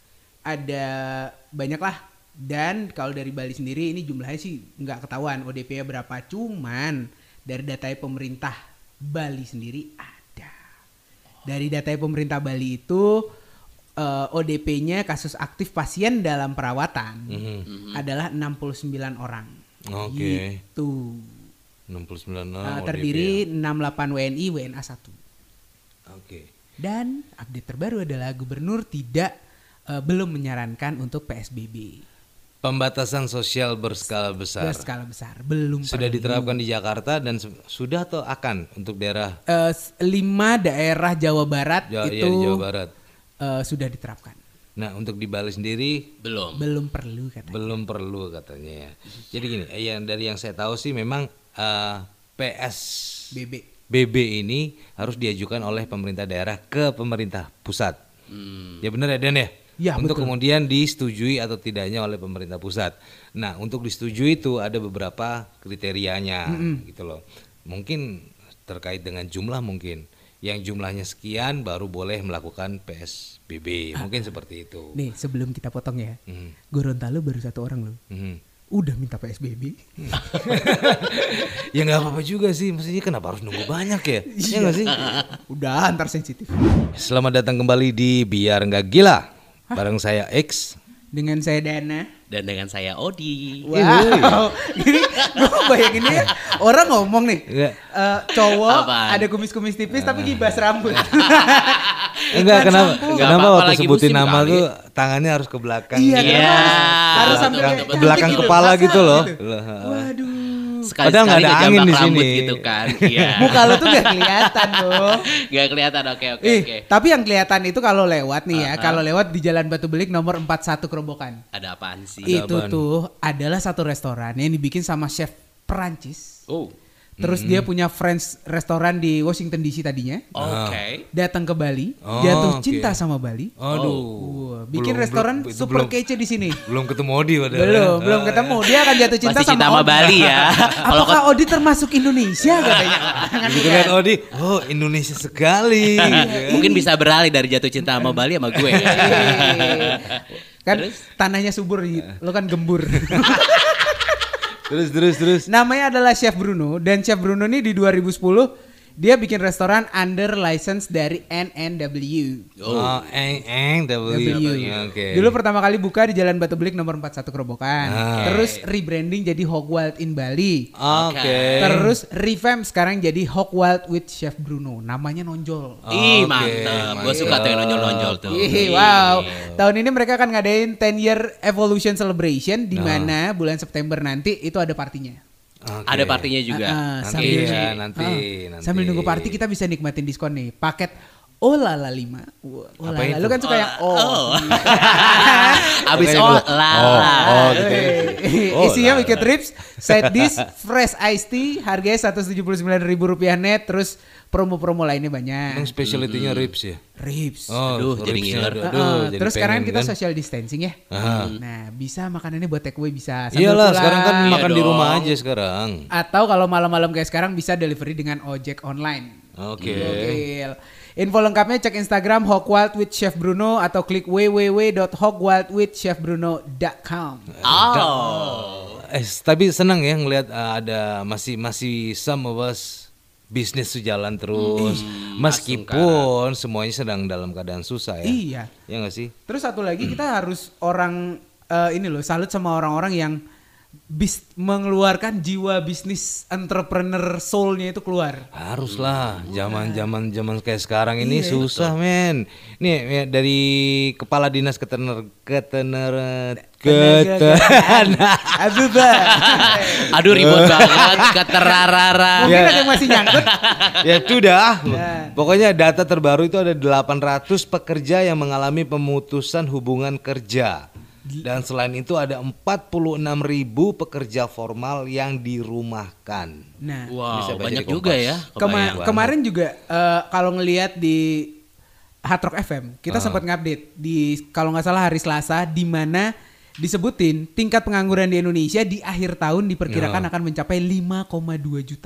ada banyak lah. Dan kalau dari Bali sendiri ini jumlahnya sih nggak ketahuan O D P-nya berapa, cuman dari data pemerintah Bali sendiri ada. Dari data pemerintah Bali itu uh, O D P-nya kasus aktif pasien dalam perawatan hmm. adalah enam puluh sembilan orang. Oke. Okay. Gitu. enam puluh sembilan uh, terdiri ya. enam puluh delapan W N I, W N A satu. Oke. Okay. Dan update terbaru adalah gubernur tidak uh, belum menyarankan untuk P S B B. Pembatasan sosial berskala besar. Berskala besar, belum. Sudah perlu. Diterapkan di Jakarta dan se- sudah atau akan untuk daerah? Uh, lima daerah Jawa Barat ja- itu ya, di Jawa Barat. Uh, sudah diterapkan. Nah untuk di Bali sendiri belum. Belum perlu katanya. Belum perlu katanya. Jadi gini, yang dari yang saya tahu sih memang uh, P S B B B B ini harus diajukan oleh pemerintah daerah ke pemerintah pusat. Hmm. Ya benar ya Dan ya? Ya, untuk betul. Kemudian disetujui atau tidaknya oleh pemerintah pusat. Nah untuk disetujui itu ada beberapa kriterianya mm-hmm. gitu loh. Mungkin terkait dengan jumlah mungkin. Yang jumlahnya sekian baru boleh melakukan P S B B. Mungkin ah. seperti itu. Nih sebelum kita potong ya. Mm-hmm. Gorontalo baru satu orang loh. Mm-hmm. Udah minta P S B B. Ya nggak apa-apa juga sih. Maksudnya kenapa harus nunggu banyak ya? Iya nggak sih? Udah antar sensitif. Selamat datang kembali di Biar Nggak Gila. Hah? Bareng saya X. Dengan saya Dana. Dan dengan saya Odi. Wow. Gini gue bayangin ya. Orang ngomong nih. Uh, cowok Apaan? Ada kumis-kumis tipis uh. tapi gibas rambut. Enggak, kenapa? Enggak, kenapa waktu sebutin nama kali. Tuh tangannya harus ke belakang. Iya, gitu. yeah. harus, harus sampai ke belakang gitu. Kepala gitu loh. Gitu. Waduh. Sekali-sekali nggak ada angin di sini gitu kan. Iya. Muka lo tuh gak kelihatan loh. Gak kelihatan, oke oke eh, oke. Tapi yang kelihatan itu kalau lewat nih ya, uh-huh. kalau lewat di Jalan Batu Belik nomor empat puluh satu Kerobokan. Ada apaan sih? Itu apaan? tuh adalah satu restoran yang dibikin sama chef Perancis. Oh. Terus mm-hmm. dia punya French restoran di Washington D C tadinya. Oke. Okay. Datang ke Bali, oh, jatuh okay. cinta sama Bali. Aduh. Uh, bikin belum, restoran belum, super belum, kece di sini. Belum ketemu Odi padahal. Belum, belum ketemu. Dia akan jatuh cinta Masih sama, cinta sama Odi. Bali ya. Apakah Odi termasuk Indonesia katanya? Gitu kan Odi. Oh, Indonesia sekali. Mungkin bisa beralih dari jatuh cinta sama Bali sama gue. Kan terus? Tanahnya subur, lo kan gembur. Terus terus terus. Namanya adalah Chef Bruno, dan Chef Bruno ini di dua ribu sepuluh dia bikin restoran under license dari N N W. Oh, N N W. Oke. Okay. Dulu pertama kali buka di Jalan Batu Belik nomor empat puluh satu Kerobokan. Ah. Terus rebranding jadi Hog Wild in Bali. Oke. Okay. Terus revamp sekarang jadi Hog Wild with Chef Bruno. Namanya nonjol. Oh, Ih, mantap. Gue suka tuh yang nonjol-nonjol tuh. Ih, wow. Tahun ini mereka akan ngadain ten year Evolution Celebration di mana nah. bulan September nanti itu ada partinya. Okay. Ada partinya juga. Uh, uh, nanti sambil, ya, nanti, uh, nanti. Sambil nunggu party kita bisa nikmatin diskon nih. Paket Oh lala lima. Oh, apa lala. itu? Lu kan suka yang oh. Oh. Abis oh, lala. Oh, oh gitu. Oh, isinya wicked ribs, side dish, fresh iced tea, harganya seratus tujuh puluh sembilan ribu rupiah net, terus promo-promo lainnya banyak. Yang specialty-nya ribs ya? Ribs. Oh, Aduh, jadi ngiler. Uh, uh, jadi terus sekarang pengen, kita kan? social distancing ya. Aha. Nah, bisa makanannya buat take away bisa. Sambil Iyalah, pulang. sekarang kan Iya makan di dong. rumah aja sekarang. Atau kalau malam-malam kayak sekarang bisa delivery dengan ojek online. Oke. Gokil. Info lengkapnya cek Instagram Hogwild with Chef Bruno atau klik w w w dot hogwild with chef bruno dot com. Oh. Eh, tapi senang ya ngelihat uh, ada masih masih some of us bisnis tuh jalan terus, Hmm, meskipun semuanya sedang dalam keadaan susah ya. Iya. Ya nggak sih? Terus satu lagi kita harus orang eh, ini loh salut sama orang-orang yang bis, mengeluarkan jiwa bisnis entrepreneur soul-nya itu keluar. Haruslah, zaman-zaman zaman kayak sekarang ini Iya, susah men. Nih ya, dari kepala dinas ketener ketener ketener. Aduh, Bah. Aduh ribut banget keterarara. Mungkin ada yang masih nyangkut. Ya sudah. Ya. Pokoknya data terbaru itu ada delapan ratus pekerja yang mengalami pemutusan hubungan kerja. Dan selain itu ada empat puluh enam ribu pekerja formal yang dirumahkan. Nah, Wow, Bisa baca banyak di juga Kompas. ya. Kema- Kebayang. kemarin juga eh, kalau ngelihat di Hard Rock F M kita Ah. sempat ngupdate di kalau nggak salah hari Selasa di mana disebutin tingkat pengangguran di Indonesia di akhir tahun diperkirakan Ya. akan mencapai lima koma dua juta.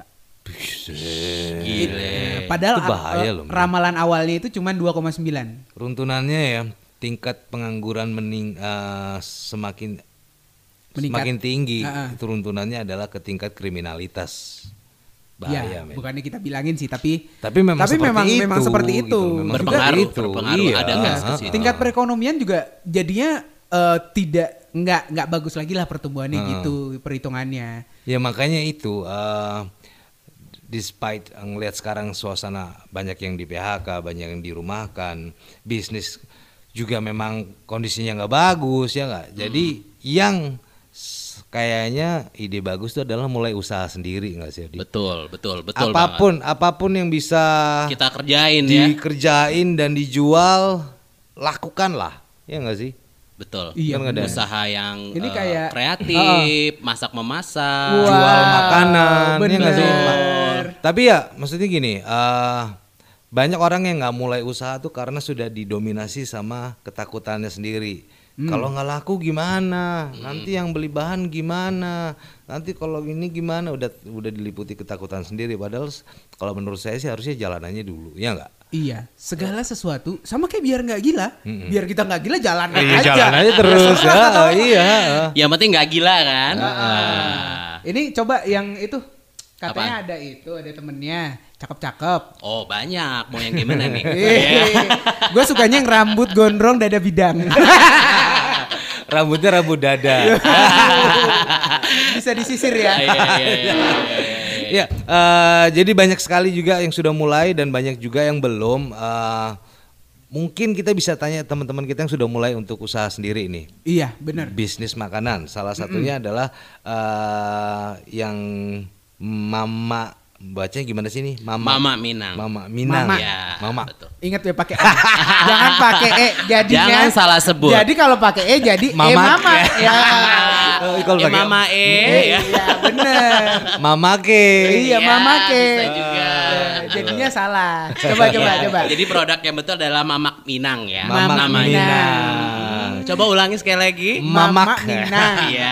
Gile. Eh, Padahal Itu bahaya eh, loh, men. ramalan awalnya itu cuma dua koma sembilan. Runtunannya ya tingkat pengangguran mening eh, semakin Meningkat. semakin tinggi. Ah, ah. Itu runtunannya adalah ke tingkat kriminalitas. Ya, Bahaya men. bukannya kita bilangin sih, tapi Tapi memang tapi seperti memang itu, memang seperti itu. gitu. Memang Berpengaruh, seperti itu. berpengaruh. Iya. Ada gas ke situ. Tingkat perekonomian juga jadinya eh, tidak nggak nggak bagus lagi lah pertumbuhannya Ah. gitu perhitungannya. Ya makanya itu uh, despite ngelihat sekarang suasana banyak yang di P H K, banyak yang dirumahkan, bisnis juga memang kondisinya nggak bagus ya nggak. Jadi yang s- kayaknya ide bagus itu adalah mulai usaha sendiri nggak sih? Di? Betul, betul, betul apapun apapun yang bisa banget. Kita kerjain ya. dikerjain dan dijual, lakukanlah ya nggak sih? Betul. Iya, Kan ada Usaha yang Ini eh, kayak- kreatif, masak memasak. Wah, jual makanan, ya nggak sih? bener. Tapi ya maksudnya gini, eh, banyak orang yang nggak mulai usaha tuh karena sudah didominasi sama ketakutannya sendiri. Kalau nggak laku gimana? Nanti yang beli bahan gimana? Nanti kalau ini gimana? Udah udah diliputi ketakutan sendiri. Padahal s- kalau menurut saya sih harusnya jalanannya dulu, ya nggak? Iya, segala sesuatu sama kayak biar nggak gila, biar kita nggak gila jalan Iya, aja. jalan aja terus ya. Iya. Yang penting nggak gila kan. Ah. Ini coba yang itu katanya ada itu ada temennya cakep-cakep. Oh banyak. Mau yang gimana nih? Gue sukanya yang rambut gondrong dada bidang. Rambutnya rambut dada. Bisa disisir ya. Iya, iya, iya, iya, iya. Ya, eh, jadi banyak sekali juga yang sudah mulai dan banyak juga yang belum. Eh, mungkin kita bisa tanya teman-teman kita yang sudah mulai untuk usaha sendiri ini, Iya, benar. bisnis makanan. Salah satunya adalah eh, yang Mama, bacanya gimana sih nih? Mama, Mama Minang. Mama Minang. Mama. Ya, Mama. betul. Ingat ya pakai E. Jangan pakai E. Jadinya Jangan salah sebut. Jadi kalau pakai E jadi Mama. E mama. Ya. Oh, kalau Eh, pakai- Mama E Eh, ya. Iya, bener. Mama ke. Iya, Ya, mama ke. bisa juga. Jadinya salah. Coba coba Ya, coba. Jadi produk yang betul adalah Mamak Minang ya. Mamak Mama Minang. Minang. Coba ulangi sekali lagi. Mamak. Minang. Iya.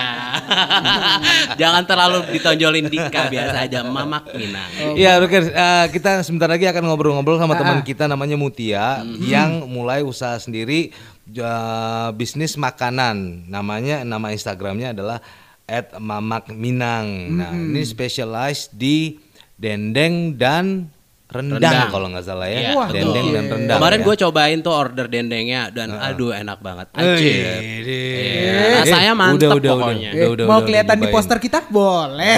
Jangan terlalu ditonjolin Dika, biasa aja Mamak Minang. Iya, oke. Eh, kita sebentar lagi akan ngobrol-ngobrol sama Ah. teman kita namanya Mutia yang mulai usaha sendiri eh, bisnis makanan. Namanya nama Instagramnya adalah et mamak minang. Nah, ini specialized di dendeng dan rendang, Rendang. kalau nggak salah ya. Iya, Wah, dendeng betul. dan rendang. Kemarin ya. gue cobain tuh order dendengnya dan aduh enak banget. Eh, Anjir. deh. Iya, rasanya Eh, mantep udah, udah, pokoknya. udah, udah, Mau udah, kelihatan di nyobain. poster kita boleh.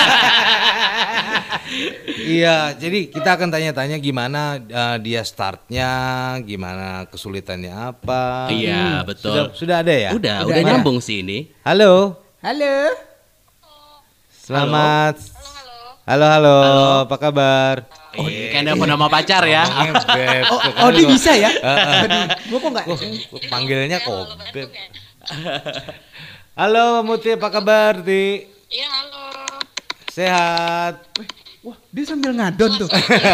Iya, jadi kita akan tanya-tanya gimana uh, dia startnya, gimana kesulitannya apa. Iya, Hmm. betul. Sudah, sudah ada ya? Udah, Udah udah, ada. nyambung sih ini. Halo, Halo. selamat Halo, halo, halo. Apa kabar? Oh, iya. Kayak nelfon sama pacar ya. oh, oh dia bisa ya? Gue kok nggak? Panggilnya kok Beb. Halo Muti, apa kabar Ti? Iya, halo. Sehat. Wah, dia sambil ngadon tuh.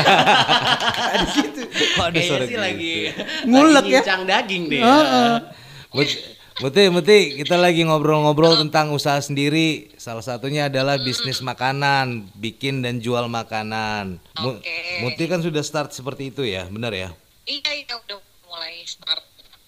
Ada situ. Kok ada suara sih lagi ngulek ya? Cincang daging deh. Heeh. Muti, Muti, kita lagi ngobrol-ngobrol tentang usaha sendiri. Salah satunya adalah bisnis makanan, bikin dan jual makanan. Mu- Oke. Muti kan sudah start seperti itu ya, benar ya? Iya, iya udah mulai start.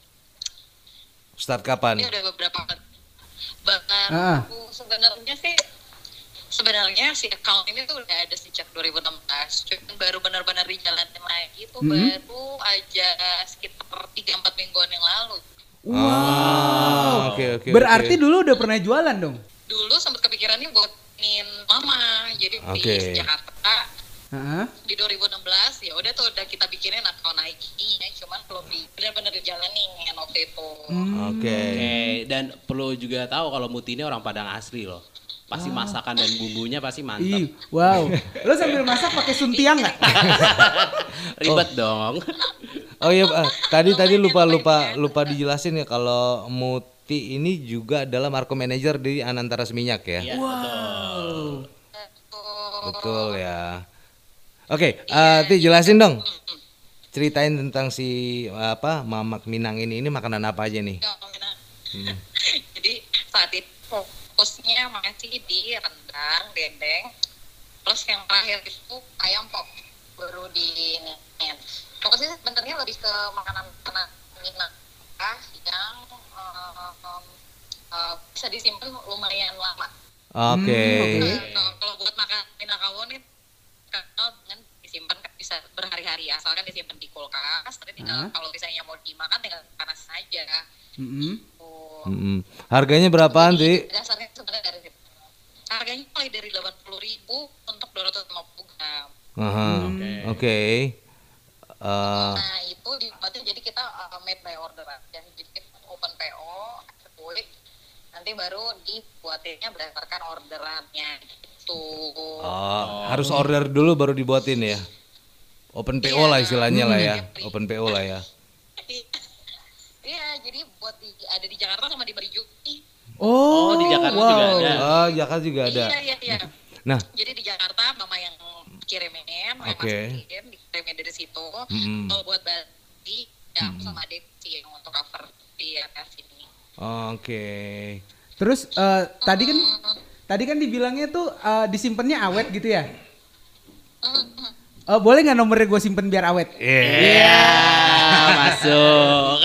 Start kapan? Ini udah beberapa bahkan Ah. aku sebenarnya sih sebenarnya si account ini tuh udah ada sejak dua ribu enam belas. Cuma baru benar-benar dijalanin lagi itu Mm-hmm. baru aja sekitar tiga empat mingguan yang lalu. Wow. Ah, oke, oke, Berarti oke. dulu udah pernah jualan dong? Dulu sempat kepikirannya buat nin mama. Jadi Oke. di Jakarta Heeh. di dua ribu enam belas ya udah tuh udah kita bikinin account I G-nya, cuman belum di benar-benar dijalanin waktu itu. Hmm. Oke. Oke, dan perlu juga tahu kalau Muti ini orang Padang asli loh. Pasti masakan dan bumbunya pasti mantap. Ih, wow. Lo sambil masak pakai suntiang nggak? Ribet dong. Oh iya, uh, tadi tadi lupa lupa lupa dijelasin ya kalau Muti ini juga adalah marko manager di Anantara Seminyak ya. Iya, betul. Betul ya. Oke, uh, Ti jelasin dong. Ceritain tentang si apa Mamak Minang ini. Ini makanan apa aja nih? Hmm. Jadi saat itu fokusnya masih di rendang, dendeng, plus yang terakhir itu ayam pop baru di nen. Fokusnya sebenarnya lebih ke makanan makanan Minang yang uh, um, uh, bisa disimpan lumayan lama. Oke. Hmm, Nah, kalau buat makan Minangkabau nih kenal dengan disimpan kan bisa berhari-hari asalkan disimpan di kulkas. Tapi tinggal Ah. kalau misalnya mau dimakan tinggal panas saja. Mm-mm. Oh. Mm-mm. Harganya berapaan, Ti? Dasarnya sebenarnya dari situ. Harganya mulai dari delapan puluh ribu untuk dua ratus lima puluh gram. Aha. Oke. Uh, Nah itu dibuatnya jadi kita uh, made by order aja. Jadi kita open P O, execute, nanti baru dibuatinnya berdasarkan orderannya gitu. oh, harus order dulu baru dibuatin ya. Open P O lah istilahnya lah ya. Open P O lah ya. Iya, jadi buat di, ada di Jakarta sama di Merijuki. Oh, Oh, di Jakarta wow. juga ada. Oh, Jakarta juga ada. Iya, iya, iya. Nah, Jadi di Jakarta mama yang kirimin, mama Oke. yang masukin, dikirimnya dari situ. Mm-mm. Kalau buat Bali, ya aku sama adik sih yang untuk cover di atas ini. oke. Terus eh, tadi kan tadi kan dibilangnya tuh eh, disimpannya awet gitu ya? Oh, boleh nggak nomornya gue simpen biar awet? Iya. Masuk.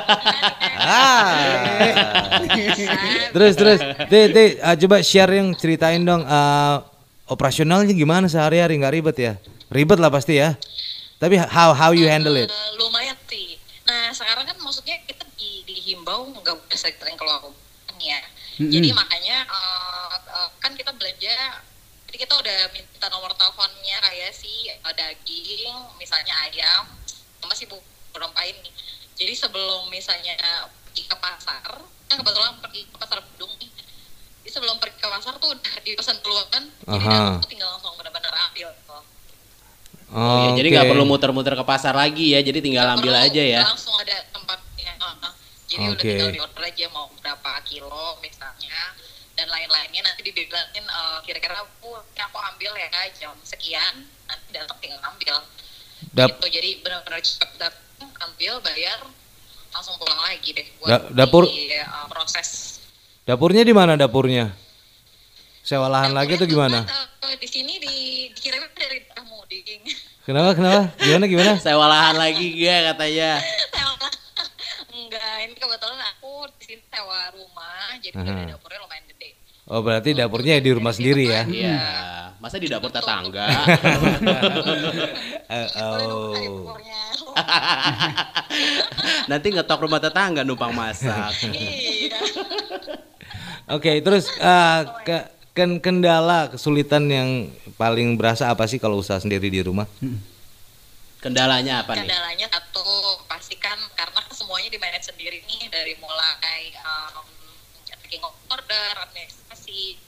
Ah. terus terus, Ti, Ti, uh, coba share yang ceritain dong uh, operasionalnya gimana sehari-hari, nggak ribet ya? Ribet lah pasti ya. Tapi how how you handle it? Eh, lumayan sih. Nah sekarang kan maksudnya kita di, dihimbau nggak boleh sering keluar rumah ya. Mm-mm. Jadi makanya eh, eh, kan kita belanja. Jadi kita udah minta nomor teleponnya kayak si eh, daging, misalnya ayam, sama si bu rompain nih. Jadi sebelum misalnya pergi ke pasar, kan kebetulan pergi ke pasar Bedung nih. Jadi sebelum pergi ke pasar tuh udah dipesan duluan, jadi Aha. datang tuh tinggal langsung benar-benar ambil. Oh, ya, jadi Oke. nggak perlu muter-muter ke pasar lagi ya, jadi tinggal Nggak ambil perlu, aja ya. Langsung ada tempatnya. Uh, Jadi udah Oke. tinggal di order aja mau berapa kilo misalnya dan lain-lainnya nanti dibilangin uh, kira-kira aku aku ambil ya jam sekian, nanti datang tinggal ambil. Dap- Gitu. Jadi benar-benar cepat datang ambil bayar langsung pulang lagi deh buat Da- dapur- di, uh, proses. Dapurnya di mana dapurnya? Sewa lahan lagi atau gimana? Uh, di sini di dikirimnya dari Muding. Kenapa kenapa? Gimana gimana? Sewa lahan lagi ya katanya. Enggak, ini kebetulan aku di sini sewa rumah, jadi Aha. udah dapurnya lumayan gede. Oh berarti dapurnya di rumah sendiri ya? Iya, masa di dapur tetangga. Eh, Boleh dong oh. ada dapurnya. Nanti ngetok rumah tetangga numpang masak. Iya. Oke, terus uh, ke ken- kendala kesulitan yang paling berasa apa sih kalau usaha sendiri di rumah? Kendalanya apa nih? Kendalanya satu pastikan karena semuanya di manage sendiri nih dari mulai um, taking order, administrasi,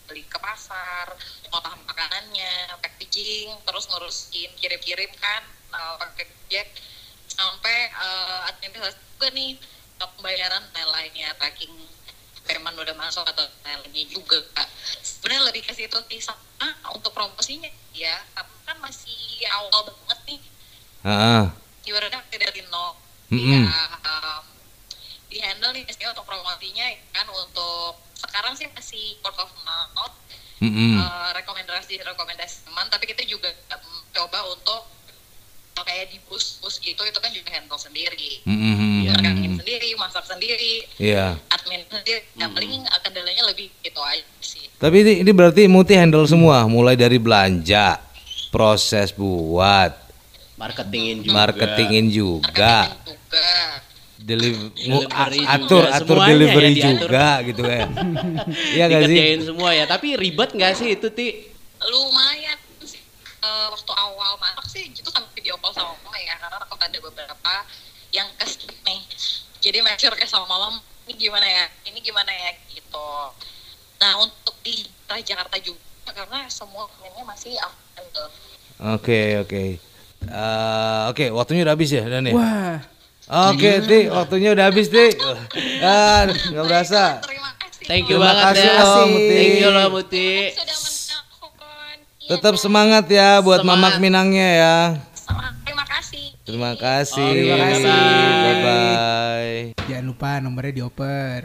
beli ke pasar, ngolah makanannya, packaging, terus ngurusin kirim-kirim kan, uh, pakai Gojek, sampai uh, administrasi juga nih, pembayaran lain-lainnya, tracking payment udah masuk atau lain-lainnya juga. Sebenarnya lebih ke situ sih, sama untuk promosinya ya, tapi kan masih awal banget nih. Heeh. Ibaratnya dari nol. Mm-hmm. Ya, um, di handle nih biasanya untuk promosinya kan, untuk sekarang sih masih word of mouth, mm-hmm. uh, rekomendasi rekomendasi teman, tapi kita juga um, coba untuk uh, kayak di bus bus gitu, itu kan juga handle sendiri, mm-hmm. marketing sendiri, masak sendiri, yeah. admin sendiri, yang paling mm-hmm. kendalanya lebih itu aja sih. Tapi ini, ini berarti multi handle semua, mulai dari belanja, proses buat, marketingin juga, marketingin juga. Marketing juga. Deliver, Delivery atur juga. atur Semuanya delivery ya diatur. juga gitu ya. Iya gak sih? Dikerjain semua ya, tapi ribet nggak sih itu Ti? Lumayan sih. Uh, waktu awal masak sih itu sampai video call sama mama ya, karena aku ada beberapa yang ke nih, jadi make sure kayak sama mama, ini gimana ya, ini gimana ya gitu. Nah untuk di Jakarta juga karena semua ini masih available. Oke oke. Eh, Oke, waktunya udah habis ya Dan ya? Wah. Oke, Ti, waktunya udah habis, Ti. Ah, nggak berasa. Terima kasih. Thank you Terima banget kasih ya. loh, Muti. Thank you loh Muti. Sudah menelpon. Iya, Tetap kan? semangat ya buat Semangat. Mamak Minangnya ya. Sama- Terima kasih. Terima kasih. Oke, Terima kasih. Bye bye. Jangan lupa nomornya dioper.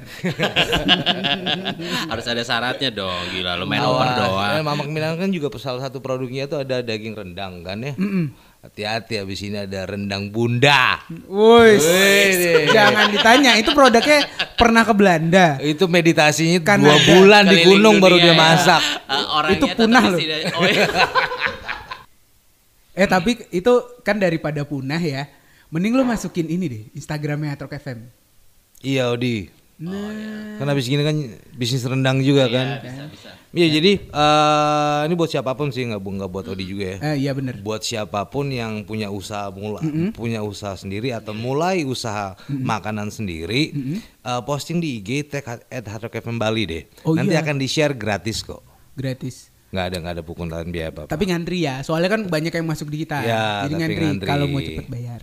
Harus ada syaratnya dong, gila lo main Awas. oper Eh, doang. Mamak Minang kan juga salah satu produknya tuh ada daging rendang kan ya. Hati-hati abis ini ada rendang bunda. Woi, Wih, jangan ditanya. Itu produknya pernah ke Belanda. Itu meditasinya Kan dua ada bulan di Keliling gunung baru dunia dia ya. masak. Ah, orangnya Itu tetap punah di loh. sini. Oh, iya. Eh tapi itu kan daripada punah ya. Mending lo masukin ini deh, Instagramnya Hard Rock F M. Iya Odi. Nah, Kan habis gini kan bisnis rendang juga kan. Bisa, bisa. Iya jadi eh, ini buat siapapun sih, nggak bu- nggak buat Odi juga ya. eh, iya bener. Buat siapapun yang punya usaha mula, punya usaha sendiri atau mulai usaha makanan sendiri, eh, posting di I G tag at Hard Rock F M Bali deh. Oh, Nanti iya. akan di share gratis kok. Gratis. Nggak ada nggak ada pungutan biaya apa. Tapi ngantri ya, soalnya kan banyak yang masuk di kita. Ya, Jadi tapi ngantri, ngantri. kalau mau cepet bayar.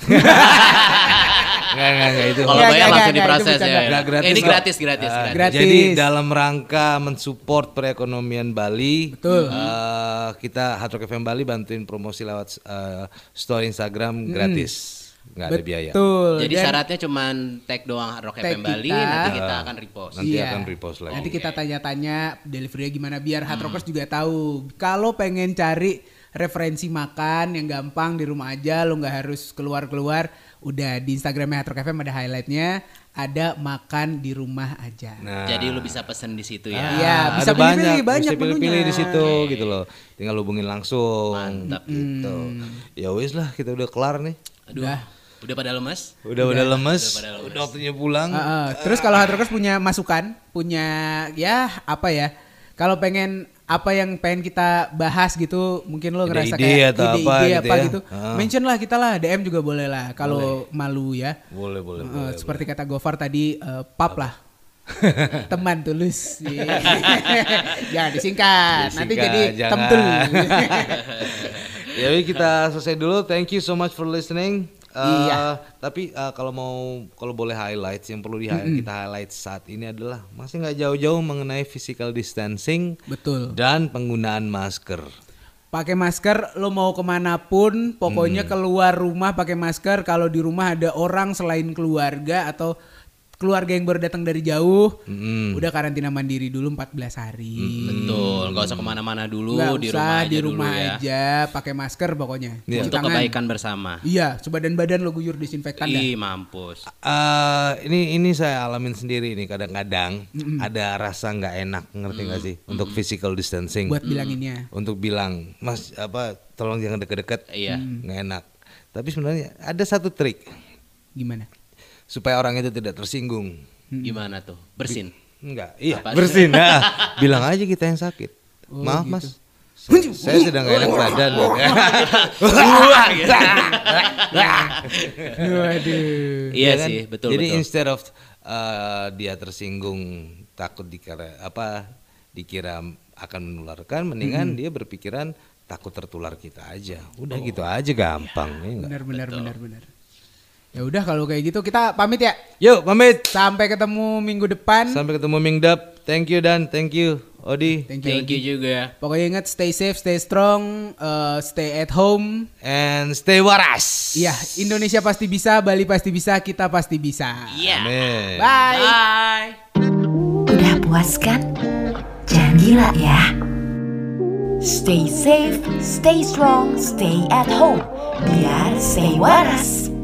Nggak nggak nggak itu. Kalau Nggak, bayar nggak, langsung nggak, diproses itu ya. bercanda. Nggak gratis Eh, ini kok. gratis, gratis, Ah, gratis. Gratis. Jadi dalam rangka mensupport perekonomian Bali, Betul. eh, kita Hard Rock F M Bali bantuin promosi lewat eh, story Instagram gratis, nggak ada biaya. Betul. Jadi Dan syaratnya cuman tag doang Rock Tag F M Bali, kita. nanti kita akan repost. Nanti iya. akan repost lagi. Nanti kita tanya-tanya delivery-nya gimana biar Hard Rockers juga tahu. Kalau pengen cari referensi makan yang gampang di rumah aja, lo nggak harus keluar-keluar. Udah di Instagramnya Hard Rock F M ada highlightnya, ada makan di rumah aja. Nah, Jadi lu bisa pesen di situ ya. Iya, ada bisa pilih-pilih, banyak bisa pilih-pilih menunya. di situ gitu loh. Tinggal hubungin langsung. Mantap. gitu. Ya wis lah, kita udah kelar nih. Aduh. Udah. Udah pada lemes? Udah udah lemes. udah pada lemes. Udah waktunya pulang. Uh, uh. Terus kalau Hard Rockers punya masukan, punya ya apa ya? Kalau pengen apa yang pengen kita bahas gitu, mungkin lo ngerasa Ide-ide kayak atau ide-ide apa apa, gitu ya. gitu. Ah. Mention lah kita lah, D M juga boleh lah. Kalau malu ya. Boleh boleh. Uh, boleh, seperti kata Gofar tadi, uh, pap lah. Teman tulus. Yeah. Jangan disingkat. Nanti Disingkat, jadi jangan. temtul. Ya udah, kita selesai dulu. Thank you so much for listening. Uh, Iya. Tapi uh, kalau mau kalau boleh highlights yang perlu di kita highlight saat ini adalah masih nggak jauh-jauh mengenai physical distancing Betul. dan penggunaan masker. Pakai masker, lo mau kemanapun, pokoknya keluar rumah pakai masker. Kalau di rumah ada orang selain keluarga atau keluarga yang baru datang dari jauh, Mm. udah karantina mandiri dulu empat belas hari. Betul, nggak usah kemana-mana dulu, Nggak di usah, rumah aja di dulu rumah ya. aja, pakai masker pokoknya. Iya. Cuci Untuk tangan. kebaikan bersama. Iya, sebadan badan lo guyur disinfektan dah. Ih, mampus. Uh, ini ini saya alamin sendiri nih kadang-kadang ada rasa nggak enak, ngerti nggak sih untuk physical distancing. Buat bilanginnya. Untuk bilang Mas apa tolong jangan deket-deket, Iya. nggak enak. Tapi sebenarnya ada satu trik Gimana? supaya orang itu tidak tersinggung. Gimana tuh? Bersin. Enggak, iya Apa? bersin. Nah, bilang aja kita yang sakit. Oh, Maaf gitu. mas, saya, saya sedang gak enak badan. Waduh. Iya Ya kan? sih, betul Jadi betul. instead of uh, dia tersinggung takut dikira apa dikira akan menularkan, mendingan Hmm. dia berpikiran takut tertular kita aja. Udah gitu aja gampang. Ya, enggak? Benar benar benar benar. Ya udah kalau kayak gitu kita pamit ya. Yuk pamit. Sampai ketemu minggu depan. Sampai ketemu Mingdap. Thank you Dan, thank you Odi. Thank you. Thank you Odi. juga. Pokoknya ingat stay safe, stay strong, uh, stay at home. And stay waras. Iya, Indonesia pasti bisa, Bali pasti bisa, kita pasti bisa. Iya. Amin. Bye. Bye. Udah puas kan? Jangan gila ya. Stay safe, stay strong, stay at home. Biar stay waras.